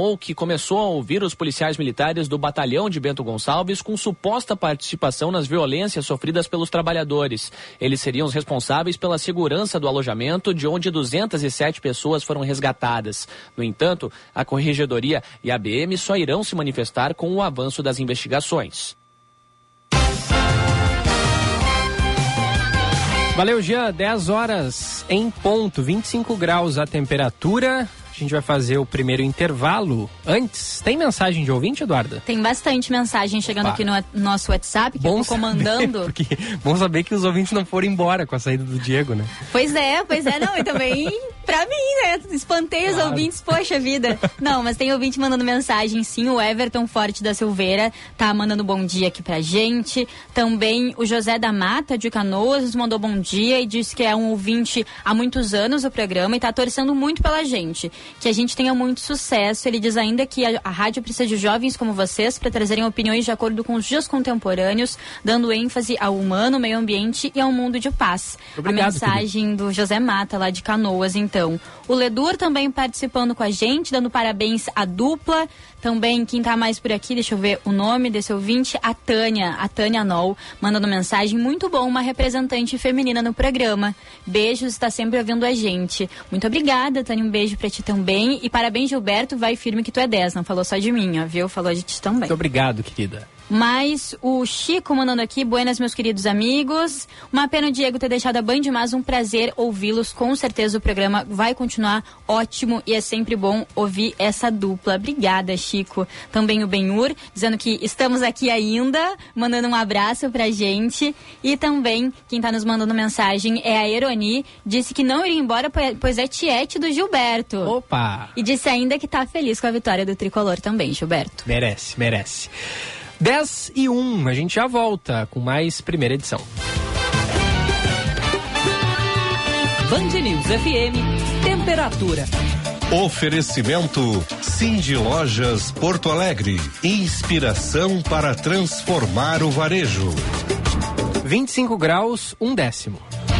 informou que começou a ouvir os policiais militares do batalhão de Bento Gonçalves com suposta participação nas violências sofridas pelos trabalhadores. Eles seriam os responsáveis pela segurança do alojamento, de onde 207 pessoas foram resgatadas. No entanto, a Corregedoria e a BM só irão se manifestar com o avanço das investigações. Valeu, Jean. 10 horas em ponto, 25 graus a temperatura. A gente vai fazer o primeiro intervalo. Antes, tem mensagem de ouvinte, Eduarda? Tem bastante mensagem chegando aqui no nosso WhatsApp, que eu vou comandando. Porque bom saber que os ouvintes não foram embora com a saída do Diego, né? Pois é, não, e também pra mim, né? Espantei os ouvintes, poxa vida. Não, mas tem ouvinte mandando mensagem, sim. O Everton Forte da Silveira tá mandando bom dia aqui pra gente. Também o José da Mata, de Canoas, nos mandou bom dia e disse que é um ouvinte há muitos anos do programa e tá torcendo muito pela gente. Que a gente tenha muito sucesso. Ele diz ainda que a rádio precisa de jovens como vocês para trazerem opiniões de acordo com os dias contemporâneos, dando ênfase ao humano, meio ambiente e ao mundo de paz. Obrigado, a mensagem querido. Do José Mata, lá de Canoas, então. O Ledur também participando com a gente, dando parabéns à dupla. Também, quem tá mais por aqui, deixa eu ver o nome desse ouvinte, a Tânia Nol, mandando mensagem, muito bom, uma representante feminina no programa. Beijos, está sempre ouvindo a gente. Muito obrigada, Tânia, um beijo pra ti também. E parabéns, Gilberto, vai firme que tu é 10, não falou só de mim, ó, viu? Falou de ti também. Muito obrigado, querida. Mas o Chico mandando aqui, buenas, meus queridos amigos. Uma pena o Diego ter deixado a Band, mas um prazer ouvi-los. Com certeza o programa vai continuar ótimo e é sempre bom ouvir essa dupla. Obrigada, Chico. Também o Benhur, dizendo que estamos aqui ainda, mandando um abraço pra gente. E também, quem tá nos mandando mensagem é a Eroni, disse que não iria embora, pois é tiete do Gilberto. Opa! E disse ainda que tá feliz com a vitória do Tricolor também, Gilberto. Merece. 10:01, a gente já volta com mais primeira edição. Band News FM, temperatura. Oferecimento Cindy Lojas Porto Alegre, inspiração para transformar o varejo. 25 graus, 1/10.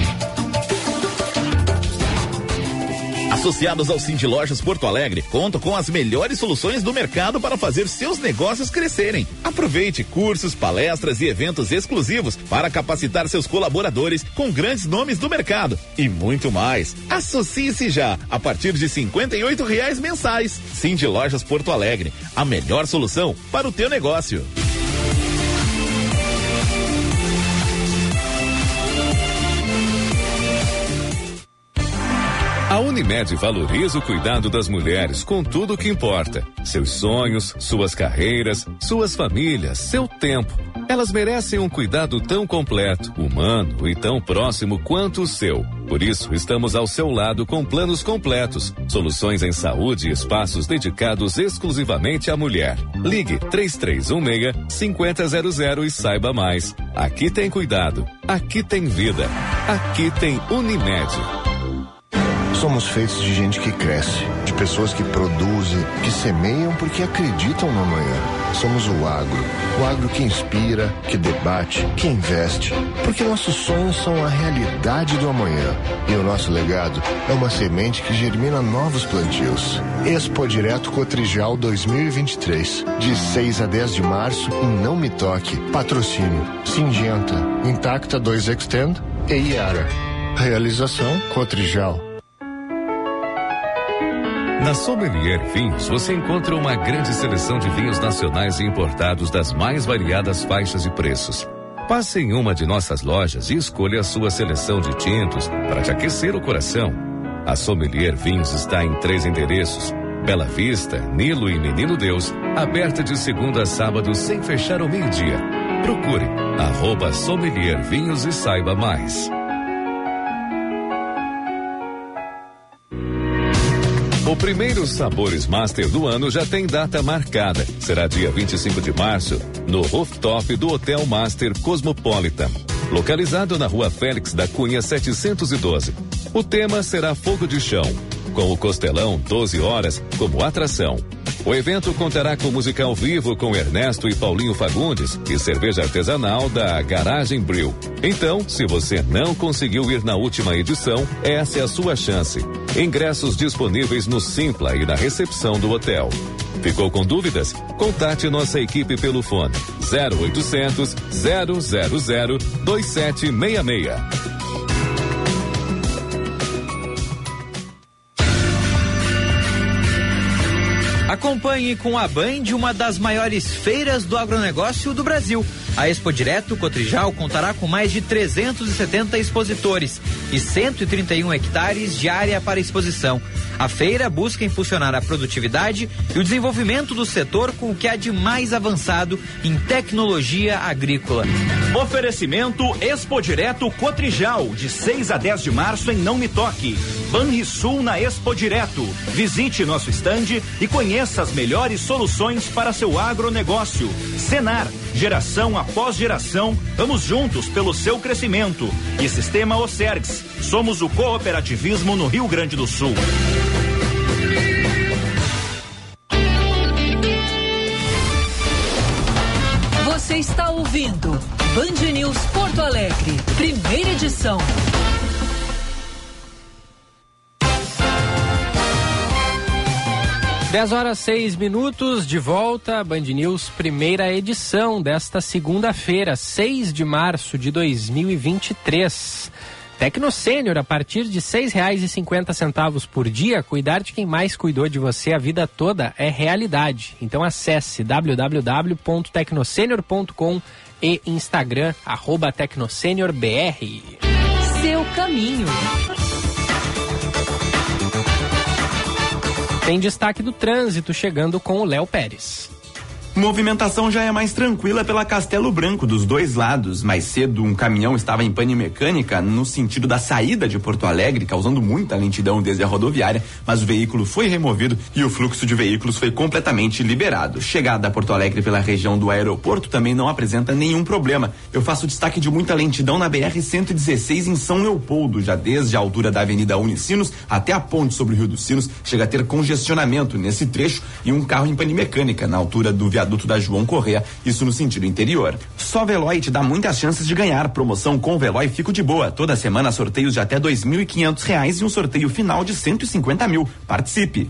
Associados ao Cindy Lojas Porto Alegre, contam com as melhores soluções do mercado para fazer seus negócios crescerem. Aproveite cursos, palestras e eventos exclusivos para capacitar seus colaboradores com grandes nomes do mercado e muito mais. Associe-se já a partir de R$58 mensais. Cindy Lojas Porto Alegre, a melhor solução para o teu negócio. A Unimed valoriza o cuidado das mulheres com tudo o que importa. Seus sonhos, suas carreiras, suas famílias, seu tempo. Elas merecem um cuidado tão completo, humano e tão próximo quanto o seu. Por isso, estamos ao seu lado com planos completos, soluções em saúde e espaços dedicados exclusivamente à mulher. Ligue 3316-5000 e saiba mais. Aqui tem cuidado, aqui tem vida, aqui tem Unimed. Somos feitos de gente que cresce, de pessoas que produzem, que semeiam porque acreditam no amanhã. Somos o agro que inspira, que debate, que investe, porque nossos sonhos são a realidade do amanhã. E o nosso legado é uma semente que germina novos plantios. Expo Direto Cotrijal 2023, de 6 a 10 de março, em Não Me Toque. Patrocínio Singenta, Intacta 2 Extend e Iara. Realização Cotrijal. Na Sommelier Vinhos, você encontra uma grande seleção de vinhos nacionais e importados das mais variadas faixas e preços. Passe em uma de nossas lojas e escolha a sua seleção de tintos para te aquecer o coração. A Sommelier Vinhos está em 3 endereços: Bela Vista, Nilo e Menino Deus, aberta de segunda a sábado sem fechar ao meio-dia. Procure @Sommelier Vinhos e saiba mais. O primeiro Sabores Master do ano já tem data marcada. Será dia 25 de março, no rooftop do Hotel Master Cosmopolitan, localizado na Rua Félix da Cunha 712. O tema será Fogo de Chão, com o Costelão 12 horas como atração. O evento contará com música ao vivo com Ernesto e Paulinho Fagundes e cerveja artesanal da Garagem Brew. Então, se você não conseguiu ir na última edição, essa é a sua chance. Ingressos disponíveis no Simpla e na recepção do hotel. Ficou com dúvidas? Contate nossa equipe pelo fone 0800 000 2766. Acompanhe com a Band uma das maiores feiras do agronegócio do Brasil. A Expo Direto Cotrijal contará com mais de 370 expositores e 131 hectares de área para exposição. A feira busca impulsionar a produtividade e o desenvolvimento do setor com o que há de mais avançado em tecnologia agrícola. Oferecimento Expo Direto Cotrijal, de 6 a 10 de março em Não Me Toque. Banrisul na Expo Direto. Visite nosso estande e conheça as melhores soluções para seu agronegócio. Senar, geração após geração, vamos juntos pelo seu crescimento. E Sistema Ocergs, somos o cooperativismo no Rio Grande do Sul. Você está ouvindo Band News Porto Alegre, primeira edição. 10h06, de volta, Band News, primeira edição desta segunda-feira, 6 de março de 2023. Tecnosênior, a partir de R$6,50 por dia, cuidar de quem mais cuidou de você a vida toda é realidade. Então acesse www.tecnosenior.com e Instagram, @tecnosenior.br. Seu caminho. Tem destaque do trânsito chegando com o Léo Pérez. Movimentação já é mais tranquila pela Castelo Branco dos dois lados. Mais cedo, um caminhão estava em pane mecânica no sentido da saída de Porto Alegre, causando muita lentidão desde a rodoviária, mas o veículo foi removido e o fluxo de veículos foi completamente liberado. Chegada a Porto Alegre pela região do aeroporto também não apresenta nenhum problema. Eu faço destaque de muita lentidão na BR-116 em São Leopoldo, já desde a altura da Avenida Unicinos até a ponte sobre o Rio dos Sinos, chega a ter congestionamento nesse trecho e um carro em pane mecânica na altura do viaduto da João Corrêa, isso no sentido interior. Só Veloy te dá muitas chances de ganhar. Promoção com Veloy Fico de Boa. Toda semana sorteios de até R$2.500 e um sorteio final de 150 mil. Participe!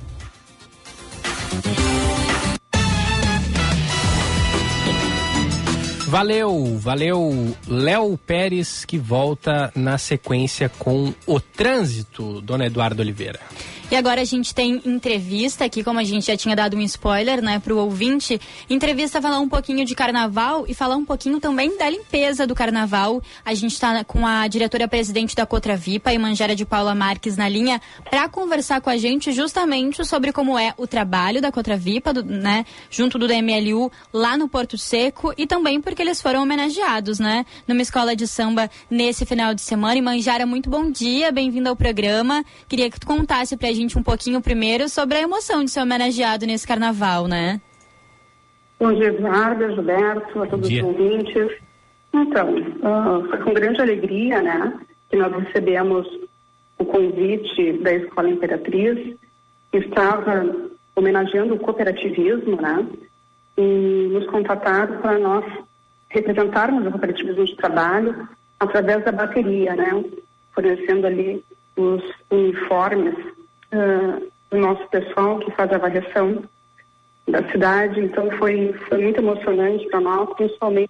Valeu, Léo Pérez, que volta na sequência com o trânsito, Dona Eduardo Oliveira. E agora a gente tem entrevista aqui, como a gente já tinha dado um spoiler, né, pro ouvinte. Entrevista falar um pouquinho de carnaval e falar um pouquinho também da limpeza do carnaval. A gente tá com a diretora-presidente da Cotravipa, Imanjara de Paula Marques, na linha para conversar com a gente justamente sobre como é o trabalho da Cotravipa, né, junto do DMLU lá no Porto Seco, e também porque eles foram homenageados, né, numa escola de samba nesse final de semana. Imanjara, muito bom dia, bem-vindo ao programa. Queria que tu contasse pra gente um pouquinho primeiro sobre a emoção de ser homenageado nesse carnaval, né? Bom dia, Eduardo, Gilberto, a todos os ouvintes. Então, foi com grande alegria, né, que nós recebemos o convite da Escola Imperatriz, que estava homenageando o cooperativismo, né, e nos contataram para nós representarmos o cooperativismo de trabalho através da bateria, né, fornecendo ali os uniformes do nosso pessoal que faz a varreção da cidade. Então foi muito emocionante para nós, principalmente.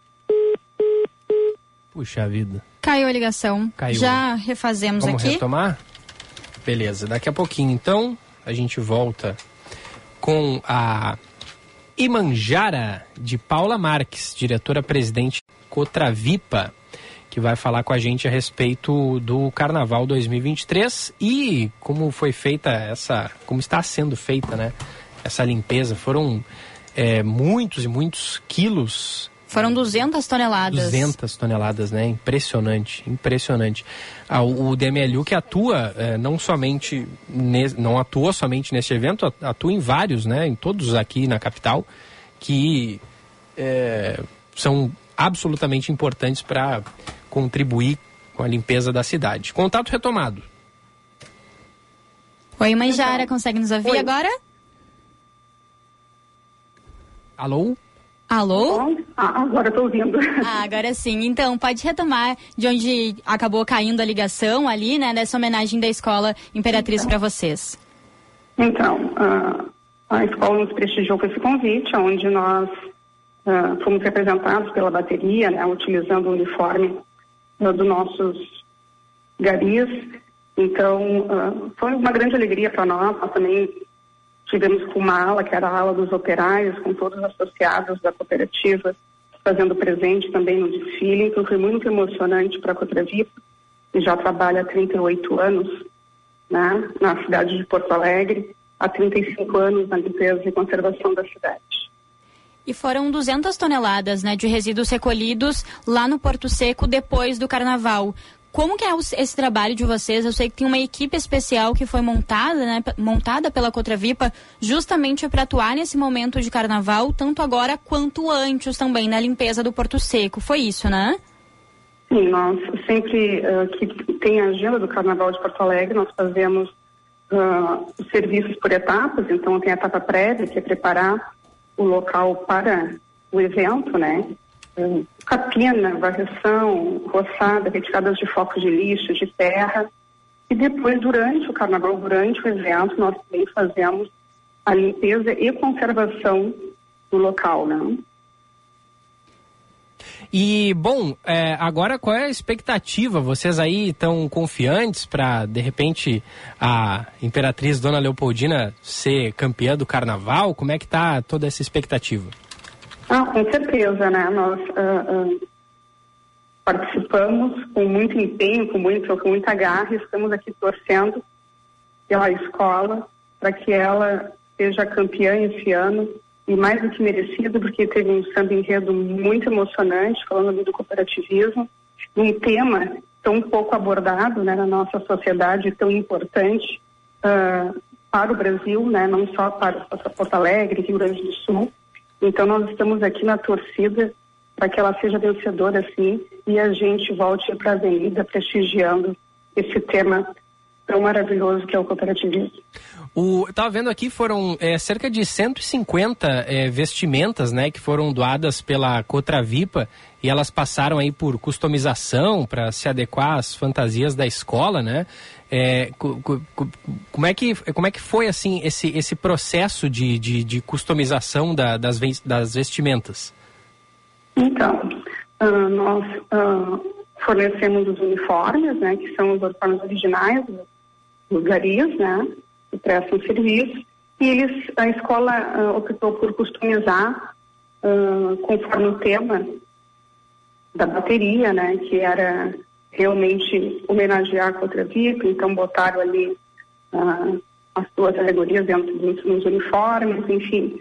Puxa vida. Caiu a ligação. Caiu. Já refazemos. Vamos aqui. Retomar? Beleza, daqui a pouquinho então a gente volta com a Imanjara de Paula Marques, diretora-presidente Cotravipa, que vai falar com a gente a respeito do Carnaval 2023 e como foi feita como está sendo feita, né, essa limpeza. Foram muitos e muitos quilos. Foram 200 toneladas. 200 toneladas, né? Impressionante. O DMLU que atua não atua somente neste evento, atua em vários, né? Em todos aqui na capital, que são absolutamente importantes para contribuir com a limpeza da cidade. Contato retomado. Oi, Imanjara, consegue nos ouvir agora? Alô? Alô? Agora estou ouvindo. Agora sim. Então, pode retomar de onde acabou caindo a ligação ali, né, dessa homenagem da Escola Imperatriz para vocês. Então, A escola nos prestigiou com esse convite, onde nós fomos representados pela bateria, né, utilizando o uniforme dos nossos garis. Então, foi uma grande alegria para nós. Nós também tivemos com uma ala, que era a ala dos operários, com todos os associados da cooperativa, fazendo presente também no desfile. Então, foi muito emocionante para a Cotravipa, que já trabalha há 38 anos, né, na cidade de Porto Alegre, há 35 anos na limpeza e conservação da cidade. E foram 200 toneladas, né, de resíduos recolhidos lá no Porto Seco depois do Carnaval. Como que é esse trabalho de vocês? Eu sei que tem uma equipe especial que foi montada, né, montada pela Cotravipa justamente para atuar nesse momento de Carnaval, tanto agora quanto antes também, na limpeza do Porto Seco. Foi isso, né? Sim, nós sempre que tem a agenda do Carnaval de Porto Alegre, nós fazemos os serviços por etapas. Então tem a etapa prévia, que é preparar o local para o evento, né? Capina, varreção, roçada, retiradas de focos de lixo, de terra. E depois, durante o Carnaval, durante o evento, nós também fazemos a limpeza e conservação do local, né? E, bom, agora qual é a expectativa? Vocês aí estão confiantes para, de repente, a Imperatriz Dona Leopoldina ser campeã do Carnaval? Como é que está toda essa expectativa? Com certeza, né? Nós participamos com muito empenho, com muita garra, estamos aqui torcendo pela escola para que ela seja campeã esse ano. E mais do que merecido, porque teve um samba enredo muito emocionante, falando do cooperativismo, um tema tão pouco abordado, né, na nossa sociedade, tão importante para o Brasil, né, não só para Porto Alegre, Rio Grande do Sul. Então nós estamos aqui na torcida para que ela seja vencedora, sim, e a gente volte para a avenida prestigiando esse tema tão maravilhoso que é o cooperativismo. Eu estava vendo aqui, foram cerca de 150 vestimentas, né, que foram doadas pela Cotravipa, e elas passaram aí por customização para se adequar às fantasias da escola, né? Como é que foi assim esse processo de customização das vestimentas? Então, nós fornecemos os uniformes, né, que são os uniformes originais dos garis, né, que prestam serviço, e a escola optou por customizar conforme o tema da bateria, né, que era realmente homenagear a Cotravipa. Então botaram ali as duas alegorias dentro dos uniformes, enfim.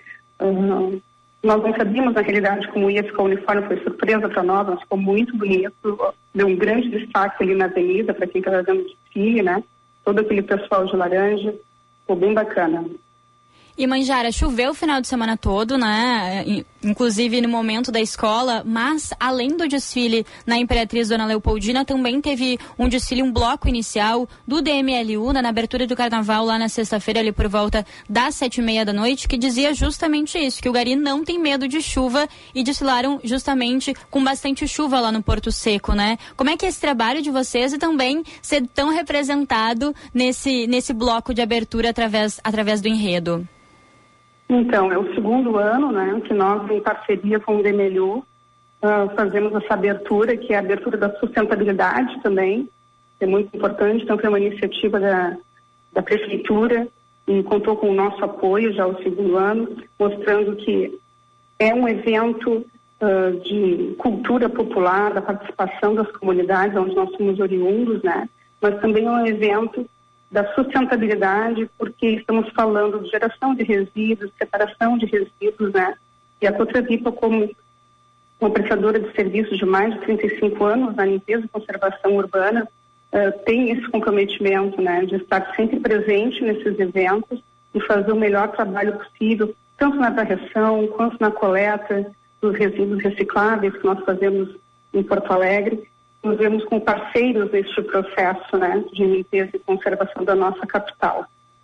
Nós não sabíamos, na realidade, como ia ficar o uniforme, foi surpresa para nós, mas ficou muito bonito, deu um grande destaque ali na avenida, para quem estava vendo desfile, né? Todo aquele pessoal de laranja, ficou bem bacana. E Manjara, choveu o final de semana todo, né? Inclusive no momento da escola, mas além do desfile na Imperatriz Dona Leopoldina, também teve um desfile, um bloco inicial do DMLU, na abertura do Carnaval, lá na sexta-feira, ali por volta das 7:30 da noite, que dizia justamente isso, que o Gari não tem medo de chuva, e desfilaram justamente com bastante chuva lá no Porto Seco, né? Como é que é esse trabalho de vocês e também ser tão representado nesse bloco de abertura através do enredo? Então, é o segundo ano, né, que nós, em parceria com o DMLU, fazemos essa abertura, que é a abertura da sustentabilidade também, que é muito importante. Então, foi uma iniciativa da Prefeitura e contou com o nosso apoio já o segundo ano, mostrando que é um evento de cultura popular, da participação das comunidades, onde nós somos oriundos, né, mas também é um evento da sustentabilidade, porque estamos falando de geração de resíduos, separação de resíduos, né? E a Cotravipa, como uma prestadora de serviços de mais de 35 anos na limpeza e conservação urbana, tem esse comprometimento, né? De estar sempre presente nesses eventos e fazer o melhor trabalho possível, tanto na varreção quanto na coleta dos resíduos recicláveis que nós fazemos em Porto Alegre. Nos vemos com parceiros neste processo, né, de limpeza e conservação da nossa capital.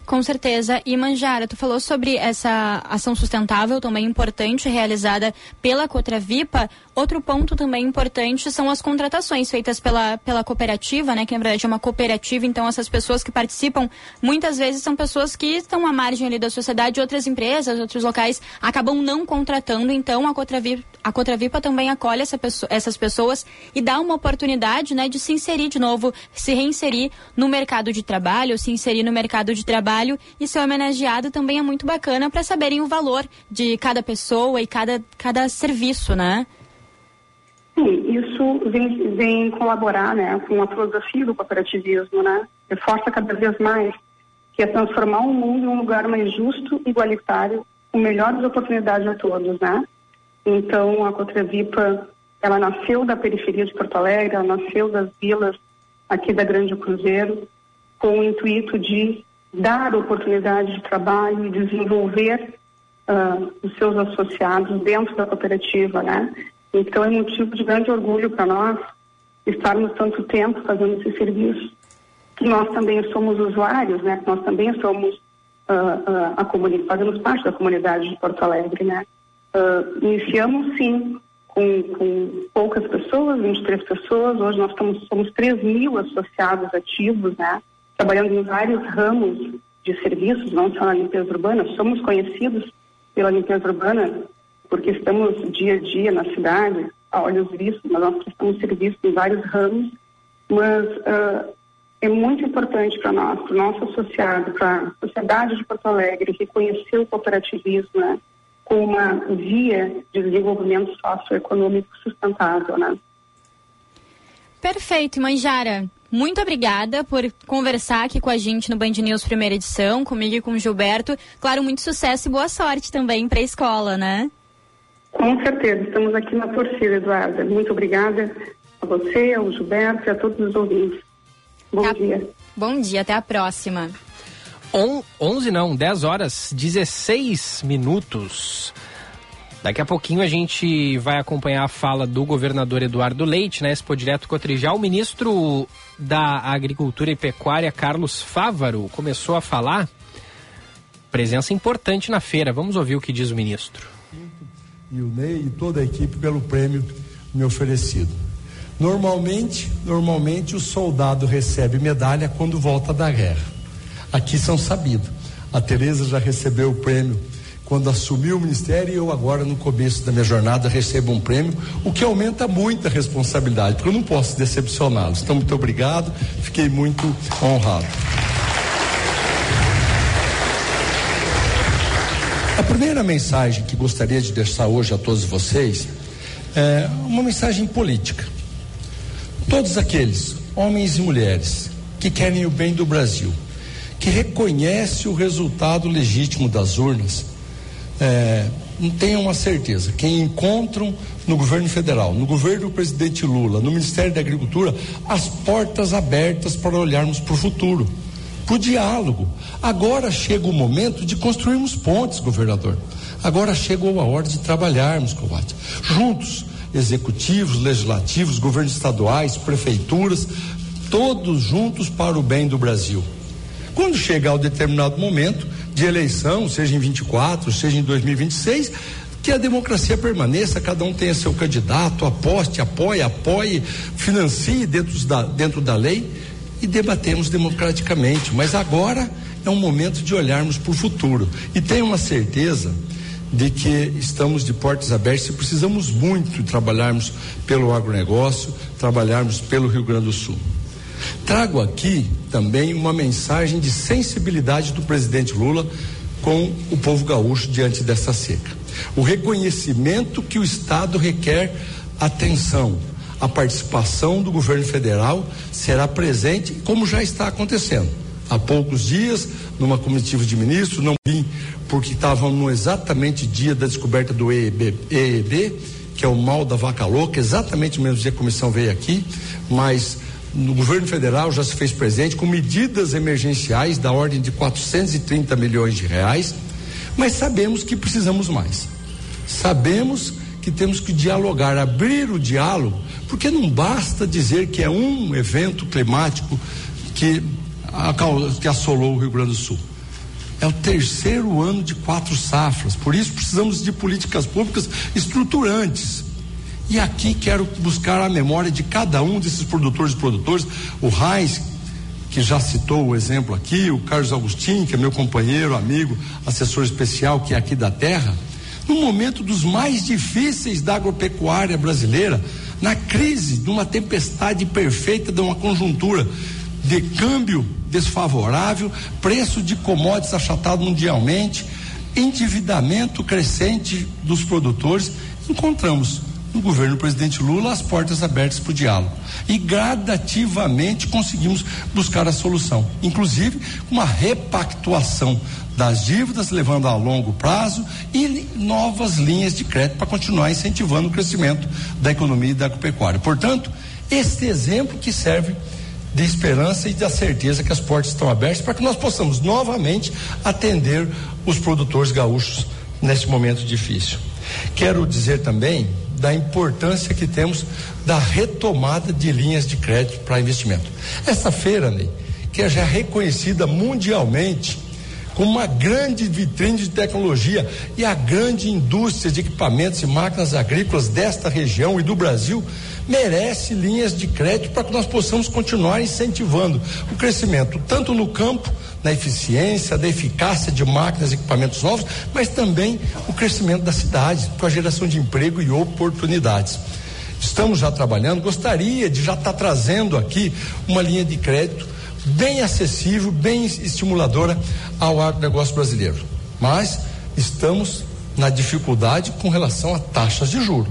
Com certeza. E Manjara, tu falou sobre essa ação sustentável também importante realizada pela Cotravipa. Outro ponto também importante são as contratações feitas pela cooperativa, né? Que na verdade é uma cooperativa, então essas pessoas que participam muitas vezes são pessoas que estão à margem ali da sociedade, outras empresas, outros locais acabam não contratando, então a Cotravipa também acolhe essas pessoas e dá uma oportunidade, né, de se inserir de novo, se reinserir no mercado de trabalho, se inserir no mercado de trabalho e ser homenageado também é muito bacana para saberem o valor de cada pessoa e cada serviço, né? Sim, isso vem colaborar, né, com a filosofia do cooperativismo, né? Reforça cada vez mais que é transformar o mundo em um lugar mais justo, igualitário, com melhores oportunidades a todos, né? Então, a Cotravipa, ela nasceu da periferia de Porto Alegre, ela nasceu das vilas aqui da Grande Cruzeiro, com o intuito de dar oportunidade de trabalho e desenvolver os seus associados dentro da cooperativa, né? Então é motivo de grande orgulho para nós estarmos tanto tempo fazendo esse serviço, que nós também somos usuários, né? Nós também somos fazemos parte da comunidade de Porto Alegre, né? Iniciamos sim com poucas pessoas, 23 pessoas, hoje nós somos 3.000 associados ativos, né? Trabalhando em vários ramos de serviços, não só na limpeza urbana. Somos conhecidos pela limpeza urbana porque estamos dia a dia na cidade, a olhos vistos, mas nós prestamos serviço em vários ramos, mas é muito importante para nós, para o nosso associado, para a sociedade de Porto Alegre, reconhecer o cooperativismo, né, como uma via de desenvolvimento socioeconômico sustentável, né? Perfeito, Manjara. Muito obrigada por conversar aqui com a gente no Band News primeira edição, comigo e com o Gilberto. Claro, muito sucesso e boa sorte também para a escola, né? Com certeza, estamos aqui na torcida, Eduarda. Muito obrigada a você, ao Gilberto e a todos os ouvintes. Bom dia. Bom dia, até a próxima. 10 horas, 16 minutos. Daqui a pouquinho a gente vai acompanhar a fala do governador Eduardo Leite, na Expo Direto Cotrijal. O ministro da Agricultura e Pecuária, Carlos Fávaro, começou a falar. Presença importante na feira. Vamos ouvir o que diz o ministro. E o Ney e toda a equipe pelo prêmio me oferecido. Normalmente o soldado recebe medalha quando volta da guerra. Aqui são sabidos. A Tereza já recebeu o prêmio quando assumiu o ministério e eu agora no começo da minha jornada recebo um prêmio, o que aumenta muito a responsabilidade, porque eu não posso decepcioná-los. Então, muito obrigado, fiquei muito honrado. A primeira mensagem que gostaria de deixar hoje a todos vocês é uma mensagem política. Todos aqueles, homens e mulheres, que querem o bem do Brasil, que reconhecem o resultado legítimo das urnas, tenham uma certeza, que encontram no governo federal, no governo do presidente Lula, no Ministério da Agricultura, as portas abertas para olharmos para o futuro, para o diálogo. Agora chega o momento de construirmos pontes, governador. Agora chegou a hora de trabalharmos, Covate, juntos, executivos, legislativos, governos estaduais, prefeituras, todos juntos para o bem do Brasil. Quando chegar o determinado momento de eleição, seja em 24, seja em 2026, que a democracia permaneça, cada um tenha seu candidato, aposte, apoie, financie dentro da lei e debatemos democraticamente. Mas agora é um momento de olharmos para o futuro. E tenho uma certeza de que estamos de portas abertas e precisamos muito trabalharmos pelo agronegócio, trabalharmos pelo Rio Grande do Sul. Trago aqui também uma mensagem de sensibilidade do presidente Lula com o povo gaúcho diante dessa seca. O reconhecimento que o Estado requer atenção. A participação do governo federal será presente, como já está acontecendo. Há poucos dias, numa comitiva de ministros, não vim porque estavam no exatamente dia da descoberta do EEB, que é o mal da vaca louca, exatamente no mesmo dia que a comissão veio aqui, mas no governo federal já se fez presente com medidas emergenciais da ordem de 430 milhões de reais, mas sabemos que precisamos mais. Sabemos que temos que dialogar, abrir o diálogo, porque não basta dizer que é um evento climático que assolou o Rio Grande do Sul. É o terceiro ano de 4 safras, por isso precisamos de políticas públicas estruturantes. E aqui quero buscar a memória de cada um desses produtores, o Heinz, que já citou o exemplo aqui, o Carlos Agostinho, que é meu companheiro, amigo, assessor especial, que é aqui da terra, no momento dos mais difíceis da agropecuária brasileira, na crise de uma tempestade perfeita, de uma conjuntura de câmbio desfavorável, preço de commodities achatado mundialmente, endividamento crescente dos produtores, encontramos no governo do presidente Lula as portas abertas para o diálogo e gradativamente conseguimos buscar a solução, inclusive uma repactuação das dívidas, levando a longo prazo e novas linhas de crédito para continuar incentivando o crescimento da economia e da agropecuária. Portanto, este exemplo que serve de esperança e da certeza que as portas estão abertas para que nós possamos novamente atender os produtores gaúchos nesse momento difícil. Quero dizer também da importância que temos da retomada de linhas de crédito para investimento. Essa feira, Ney, que é já reconhecida mundialmente como uma grande vitrine de tecnologia e a grande indústria de equipamentos e máquinas agrícolas desta região e do Brasil, merece linhas de crédito para que nós possamos continuar incentivando o crescimento, tanto no campo, na eficiência, da eficácia de máquinas e equipamentos novos, mas também o crescimento da cidade, com a geração de emprego e oportunidades. Estamos já trabalhando, gostaria de já estar trazendo aqui uma linha de crédito bem acessível, bem estimuladora ao agronegócio brasileiro. Mas estamos na dificuldade com relação a taxas de juros.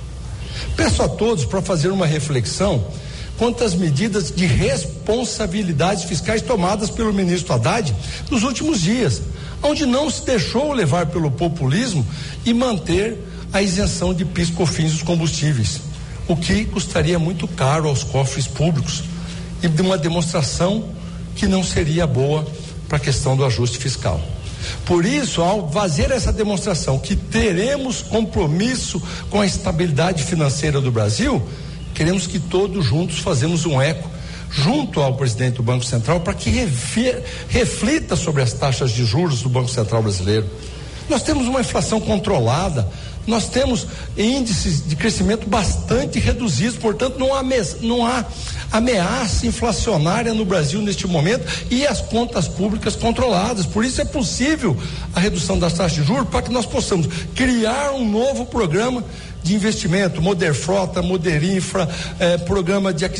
Peço a todos para fazer uma reflexão quanto às medidas de responsabilidades fiscais tomadas pelo ministro Haddad nos últimos dias, onde não se deixou levar pelo populismo e manter a isenção de PIS, COFINS dos combustíveis, o que custaria muito caro aos cofres públicos e de uma demonstração que não seria boa para a questão do ajuste fiscal. Por isso, ao fazer essa demonstração que teremos compromisso com a estabilidade financeira do Brasil, queremos que todos juntos fazemos um eco junto ao presidente do Banco Central para que reflita sobre as taxas de juros do Banco Central brasileiro. Nós temos uma inflação controlada, nós temos índices de crescimento bastante reduzidos, portanto não há ameaça inflacionária no Brasil neste momento e as contas públicas controladas. Por isso é possível a redução das taxas de juros para que nós possamos criar um novo programa de investimento, Moderfrota, Moderinfra, programa de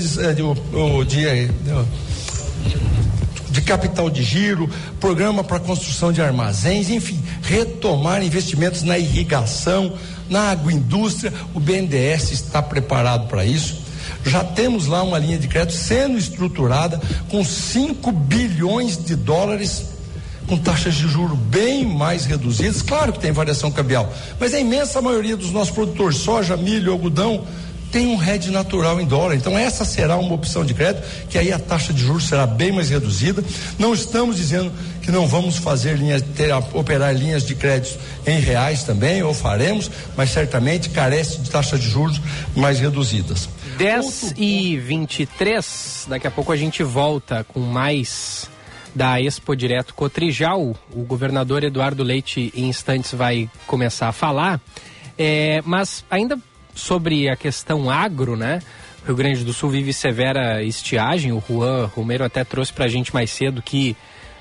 capital de giro, programa para construção de armazéns, enfim, retomar investimentos na irrigação, na agroindústria. O BNDES está preparado para isso. Já temos lá uma linha de crédito sendo estruturada com 5 bilhões de dólares, com taxas de juros bem mais reduzidas. Claro que tem variação cambial, mas a imensa maioria dos nossos produtores, soja, milho, algodão, tem um hedge natural em dólar. Então essa será uma opção de crédito, que aí a taxa de juros será bem mais reduzida. Não estamos dizendo que não vamos operar linhas de crédito em reais também, ou faremos, mas certamente carece de taxas de juros mais reduzidas. 10h23, daqui a pouco a gente volta com mais da Expo Direto Cotrijal. O governador Eduardo Leite em instantes vai começar a falar, mas ainda sobre a questão agro, né? O Rio Grande do Sul vive severa estiagem. O Juan Romero até trouxe pra gente mais cedo que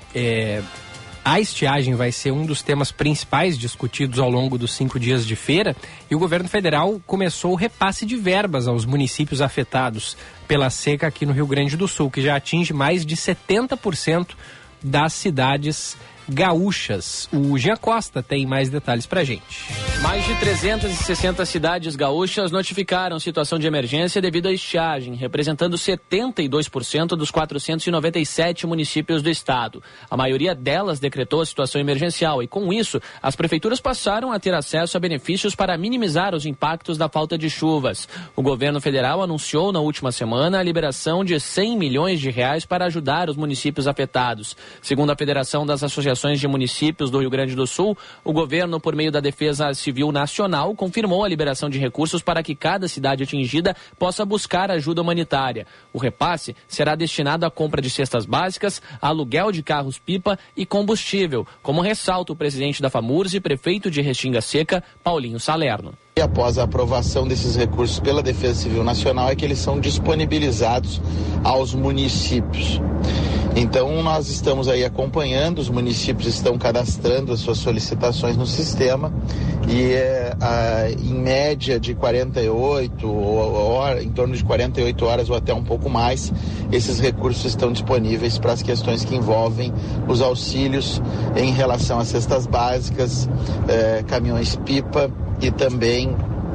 a estiagem vai ser um dos temas principais discutidos ao longo dos 5 dias de feira, e o governo federal começou o repasse de verbas aos municípios afetados pela seca aqui no Rio Grande do Sul, que já atinge mais de 70% das cidades gaúchas. O Jean Costa tem mais detalhes pra gente. Mais de 360 cidades gaúchas notificaram situação de emergência devido à estiagem, representando 72% dos 497 municípios do estado. A maioria delas decretou a situação emergencial e, com isso, as prefeituras passaram a ter acesso a benefícios para minimizar os impactos da falta de chuvas. O governo federal anunciou na última semana a liberação de R$100 milhões para ajudar os municípios afetados. Segundo a Federação das Associações Associações de Municípios do Rio Grande do Sul, o governo, por meio da Defesa Civil Nacional, confirmou a liberação de recursos para que cada cidade atingida possa buscar ajuda humanitária. O repasse será destinado à compra de cestas básicas, aluguel de carros-pipa e combustível, como ressalta o presidente da FAMURS e prefeito de Restinga Seca, Paulinho Salerno. E após a aprovação desses recursos pela Defesa Civil Nacional, é que eles são disponibilizados aos municípios. Então, nós estamos aí acompanhando, os municípios estão cadastrando as suas solicitações no sistema e em média de 48 horas, em torno de 48 horas ou até um pouco mais, esses recursos estão disponíveis para as questões que envolvem os auxílios em relação às cestas básicas, caminhões-pipa e também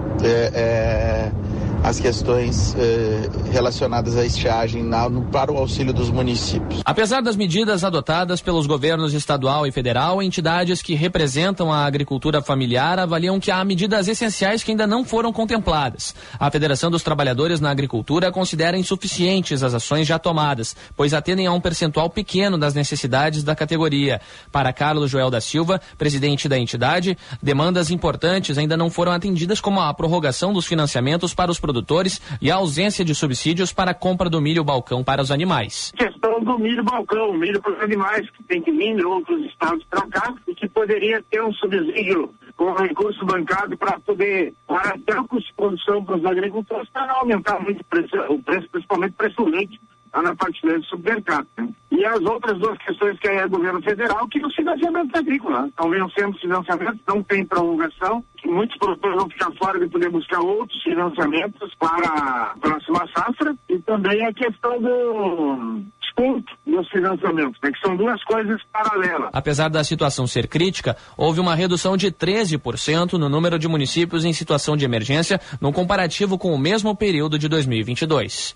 as questões relacionadas à estiagem para o auxílio dos municípios. Apesar das medidas adotadas pelos governos estadual e federal, entidades que representam a agricultura familiar avaliam que há medidas essenciais que ainda não foram contempladas. A Federação dos Trabalhadores na Agricultura considera insuficientes as ações já tomadas, pois atendem a um percentual pequeno das necessidades da categoria. Para Carlos Joel da Silva, presidente da entidade, demandas importantes ainda não foram atendidas, como a prorrogação dos financiamentos para os produtores e a ausência de subsídios para a compra do milho balcão para os animais. Questão do milho balcão, milho para os animais, que tem que vir de outros estados para cá e que poderia ter um subsídio com recurso bancado para poder parar até a custo de produção para os agricultores para não aumentar muito o preço, principalmente o preço do leite na prateleira do supermercado. Né? E as outras duas questões que é o governo federal, que é o financiamento agrícola. Estão vencendo financiamentos, não tem prorrogação, muitos produtores vão ficar fora de poder buscar outros financiamentos para a próxima safra, e também a questão do desconto dos financiamentos, né? Que são duas coisas paralelas. Apesar da situação ser crítica, houve uma redução de 13% no número de municípios em situação de emergência no comparativo com o mesmo período de 2022.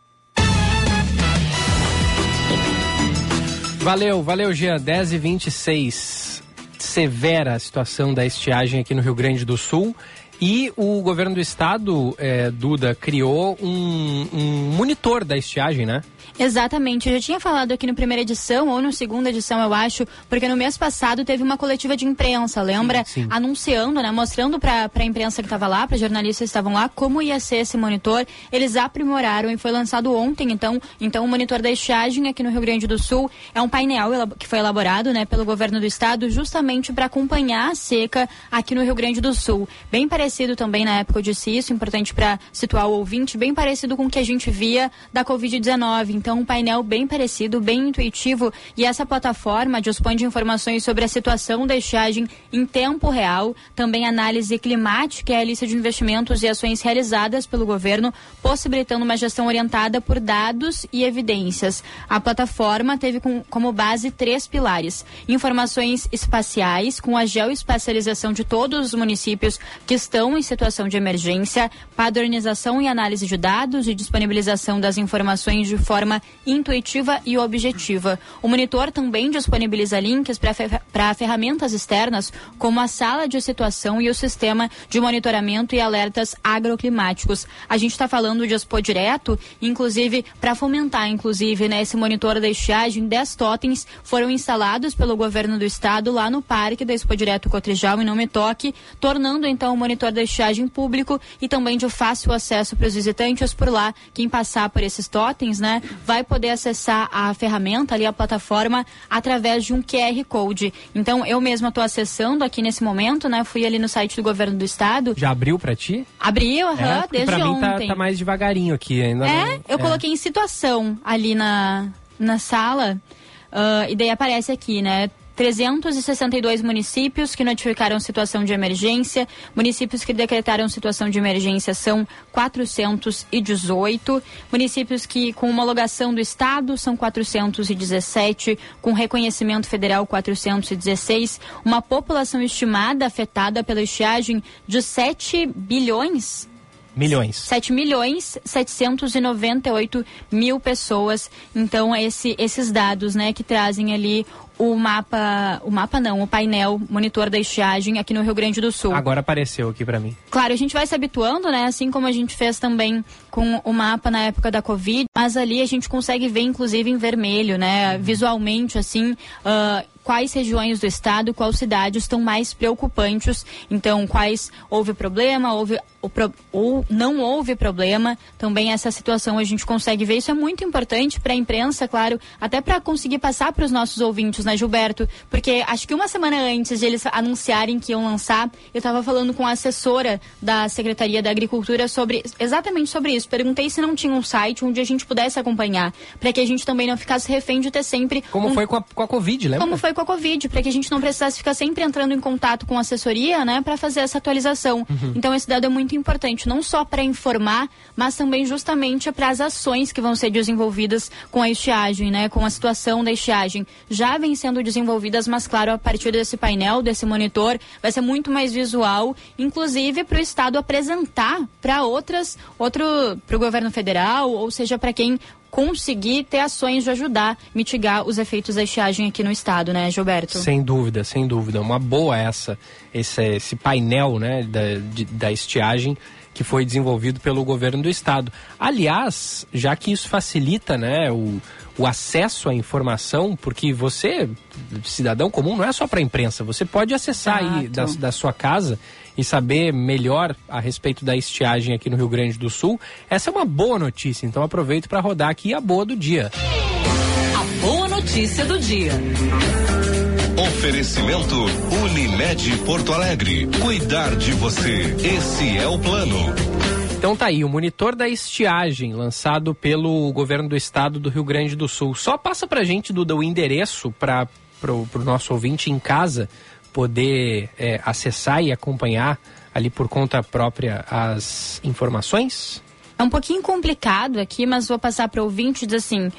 Valeu, Jean. 10h26. Severa a situação da estiagem aqui no Rio Grande do Sul. E o governo do estado, Duda, criou um monitor da estiagem, né? Exatamente, eu já tinha falado aqui no primeira edição, ou no segunda edição, eu acho, porque no mês passado teve uma coletiva de imprensa, lembra? Sim. Anunciando, né, mostrando para a imprensa que estava lá, para jornalistas que estavam lá, como ia ser esse monitor. Eles aprimoraram e foi lançado ontem, então o monitor da estiagem aqui no Rio Grande do Sul é um painel que foi elaborado, né, pelo governo do estado, justamente para acompanhar a seca aqui no Rio Grande do Sul. Bem parecido também, na época eu disse isso, importante para situar o ouvinte, bem parecido com o que a gente via da Covid-19. Então, um painel bem parecido, bem intuitivo, e essa plataforma dispõe de informações sobre a situação da estiagem em tempo real, também análise climática e a lista de investimentos e ações realizadas pelo governo, possibilitando uma gestão orientada por dados e evidências. A plataforma teve como base 3 pilares: informações espaciais, com a geoespacialização de todos os municípios que estão em situação de emergência, padronização e análise de dados e disponibilização das informações de forma intuitiva e objetiva. O monitor também disponibiliza links para ferramentas externas, como a sala de situação e o sistema de monitoramento e alertas agroclimáticos. A gente está falando de Expo Direto, inclusive, para fomentar, né, esse monitor da estiagem, 10 totens foram instalados pelo governo do estado lá no parque da Expo Direto Cotrijal, em Não Me Toque, tornando então o monitor da estiagem público e também de fácil acesso para os visitantes por lá. Quem passar por esses totens, né, vai poder acessar a ferramenta ali, a plataforma, através de um QR Code. Então, eu mesma estou acessando aqui nesse momento, né? Fui ali no site do governo do estado. Já abriu para ti? Abriu, desde pra ontem. Mim tá mais devagarinho aqui ainda. Eu coloquei em situação ali na sala, e daí aparece aqui, né? 362 municípios que notificaram situação de emergência. Municípios que decretaram situação de emergência são 418. Municípios que, com homologação do estado, são 417. Com reconhecimento federal, 416. Uma população estimada afetada pela estiagem de 7 bilhões... Milhões. 7.798 mil pessoas. Então, esses dados, né, que trazem ali o painel monitor da estiagem aqui no Rio Grande do Sul. Agora apareceu aqui para mim. Claro, a gente vai se habituando, né, assim como a gente fez também com o mapa na época da Covid, mas ali a gente consegue ver, inclusive, em vermelho, né, visualmente, assim, quais regiões do estado, quais cidades estão mais preocupantes, então quais houve problema, ou não houve problema, também essa situação a gente consegue ver. Isso é muito importante para a imprensa, claro, até para conseguir passar para os nossos ouvintes, né, Gilberto? Porque acho que uma semana antes de eles anunciarem que iam lançar, eu estava falando com a assessora da Secretaria da Agricultura exatamente sobre isso. Perguntei se não tinha um site onde a gente pudesse acompanhar, para que a gente também não ficasse refém de ter sempre... Como foi com a Covid, lembra? Como foi com a Covid, para que a gente não precisasse ficar sempre entrando em contato com a assessoria, né, para fazer essa atualização. Então esse dado é muito importante, não só para informar, mas também justamente para as ações que vão ser desenvolvidas com a estiagem, né, com a situação da estiagem. Já vem sendo desenvolvidas, mas claro, a partir desse painel, desse monitor, vai ser muito mais visual, inclusive para o estado apresentar para o governo federal, ou seja, para quem conseguir ter ações de ajudar a mitigar os efeitos da estiagem aqui no estado, né, Gilberto? Sem dúvida. Uma boa esse painel, né, da estiagem que foi desenvolvido pelo governo do estado. Aliás, já que isso facilita, né, o acesso à informação, porque você, cidadão comum, não é só para a imprensa, você pode acessar aí da sua casa e saber melhor a respeito da estiagem aqui no Rio Grande do Sul. Essa é uma boa notícia, então aproveito para rodar aqui a boa do dia. A boa notícia do dia. Oferecimento Unimed Porto Alegre. Cuidar de você. Esse é o plano. Então tá aí, o monitor da estiagem, lançado pelo governo do estado do Rio Grande do Sul. Só passa pra gente, Duda, o endereço pro nosso ouvinte em casa poder acessar e acompanhar ali por conta própria as informações? É um pouquinho complicado aqui, mas vou passar para o ouvinte e dizer assim,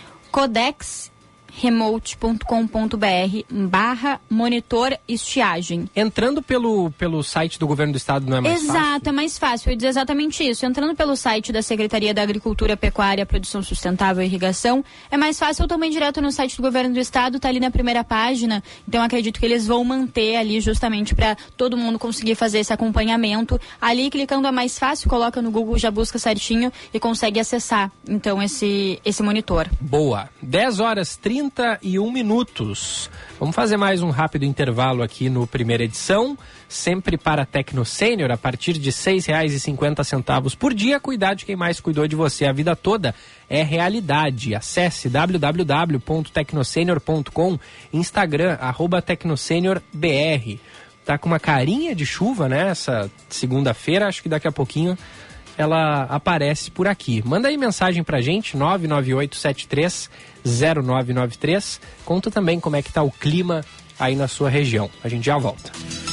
codexremote.com.br/monitor estiagem. Entrando pelo site do governo do estado não é mais fácil? Exato, é mais fácil. Eu ia dizer exatamente isso. Entrando pelo site da Secretaria da Agricultura, Pecuária, Produção Sustentável e Irrigação, é mais fácil. Eu também direto no site do governo do estado, tá ali na primeira página. Então acredito que eles vão manter ali justamente para todo mundo conseguir fazer esse acompanhamento. Ali, clicando é mais fácil, coloca no Google, já busca certinho e consegue acessar, então, esse monitor. Boa. 10h31. Vamos fazer mais um rápido intervalo aqui no Primeira Edição, sempre para Tecno Sênior, a partir de R$ 6,50 por dia. Cuidar de quem mais cuidou de você a vida toda é realidade. Acesse www.tecnosenior.com, Instagram, @tecnosenior.br. Tá com uma carinha de chuva, né, essa segunda-feira, acho que daqui a pouquinho ela aparece por aqui. Manda aí mensagem pra gente, 998730993. Conta também como é que tá o clima aí na sua região. A gente já volta.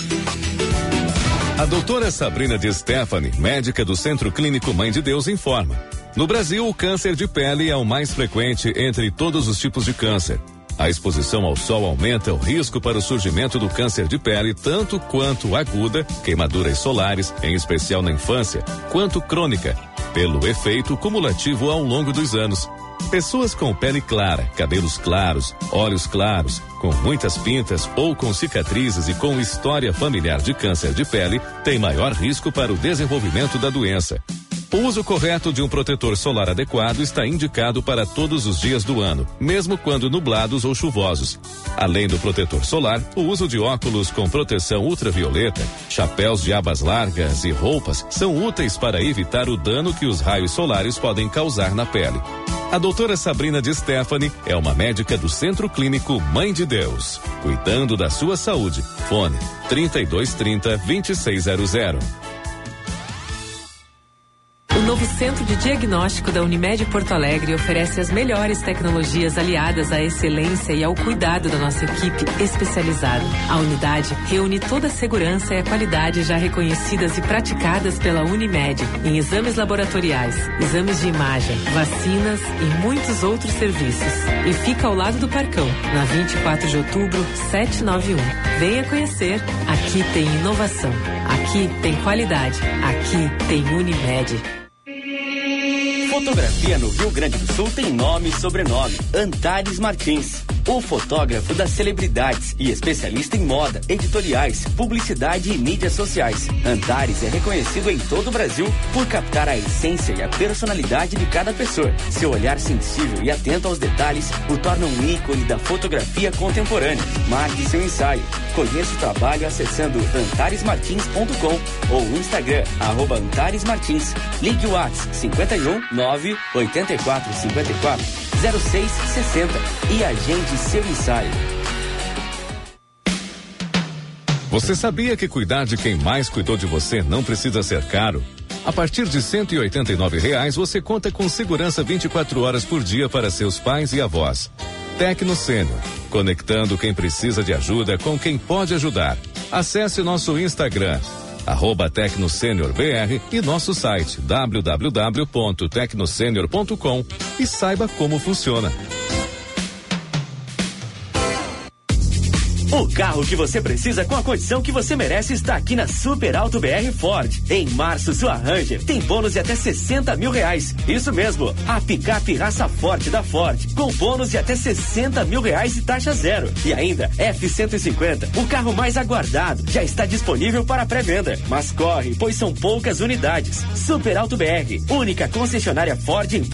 A doutora Sabrina de Stefani, médica do Centro Clínico Mãe de Deus, informa. No Brasil, o câncer de pele é o mais frequente entre todos os tipos de câncer. A exposição ao sol aumenta o risco para o surgimento do câncer de pele, tanto quanto aguda, queimaduras solares, em especial na infância, quanto crônica, pelo efeito cumulativo ao longo dos anos. Pessoas com pele clara, cabelos claros, olhos claros, com muitas pintas ou com cicatrizes e com história familiar de câncer de pele têm maior risco para o desenvolvimento da doença. O uso correto de um protetor solar adequado está indicado para todos os dias do ano, mesmo quando nublados ou chuvosos. Além do protetor solar, o uso de óculos com proteção ultravioleta, chapéus de abas largas e roupas são úteis para evitar o dano que os raios solares podem causar na pele. A doutora Sabrina de Stefani é uma médica do Centro Clínico Mãe de Deus, cuidando da sua saúde. Fone 3230-2600. O novo Centro de Diagnóstico da Unimed Porto Alegre oferece as melhores tecnologias aliadas à excelência e ao cuidado da nossa equipe especializada. A unidade reúne toda a segurança e a qualidade já reconhecidas e praticadas pela Unimed em exames laboratoriais, exames de imagem, vacinas e muitos outros serviços. E fica ao lado do Parcão, na 24 de outubro, 791. Venha conhecer. Aqui tem inovação. Aqui tem qualidade. Aqui tem Unimed. Fotografia no Rio Grande do Sul tem nome e sobrenome: Antares Martins. o fotógrafo das celebridades e especialista em moda, editoriais, publicidade e mídias sociais. Antares é reconhecido em todo o Brasil por captar a essência e a personalidade de cada pessoa. Seu olhar sensível e atento aos detalhes o torna um ícone da fotografia contemporânea. Marque seu ensaio. Conheça o trabalho acessando antaresmartins.com ou no Instagram, @AntaresMartins. Ligue o WhatsApp 51 9 84 54 06 60 e agende seu ensaio. Você sabia que cuidar de quem mais cuidou de você não precisa ser caro? A partir de R$189 você conta com segurança 24 horas por dia para seus pais e avós. Tecno Sênior, conectando quem precisa de ajuda com quem pode ajudar. Acesse nosso Instagram, @TecnoSeniorBR e nosso site www.tecnosenior.com e saiba como funciona. O carro que você precisa com a condição que você merece está aqui na Super Alto BR Ford. Em março, sua Ranger tem bônus de até R$60 mil. Isso mesmo, a picape raça forte da Ford, com bônus de até R$60 mil e taxa zero. E ainda, F-150, o carro mais aguardado, já está disponível para pré-venda. Mas corre, pois são poucas unidades. Super Alto BR, única concessionária Ford em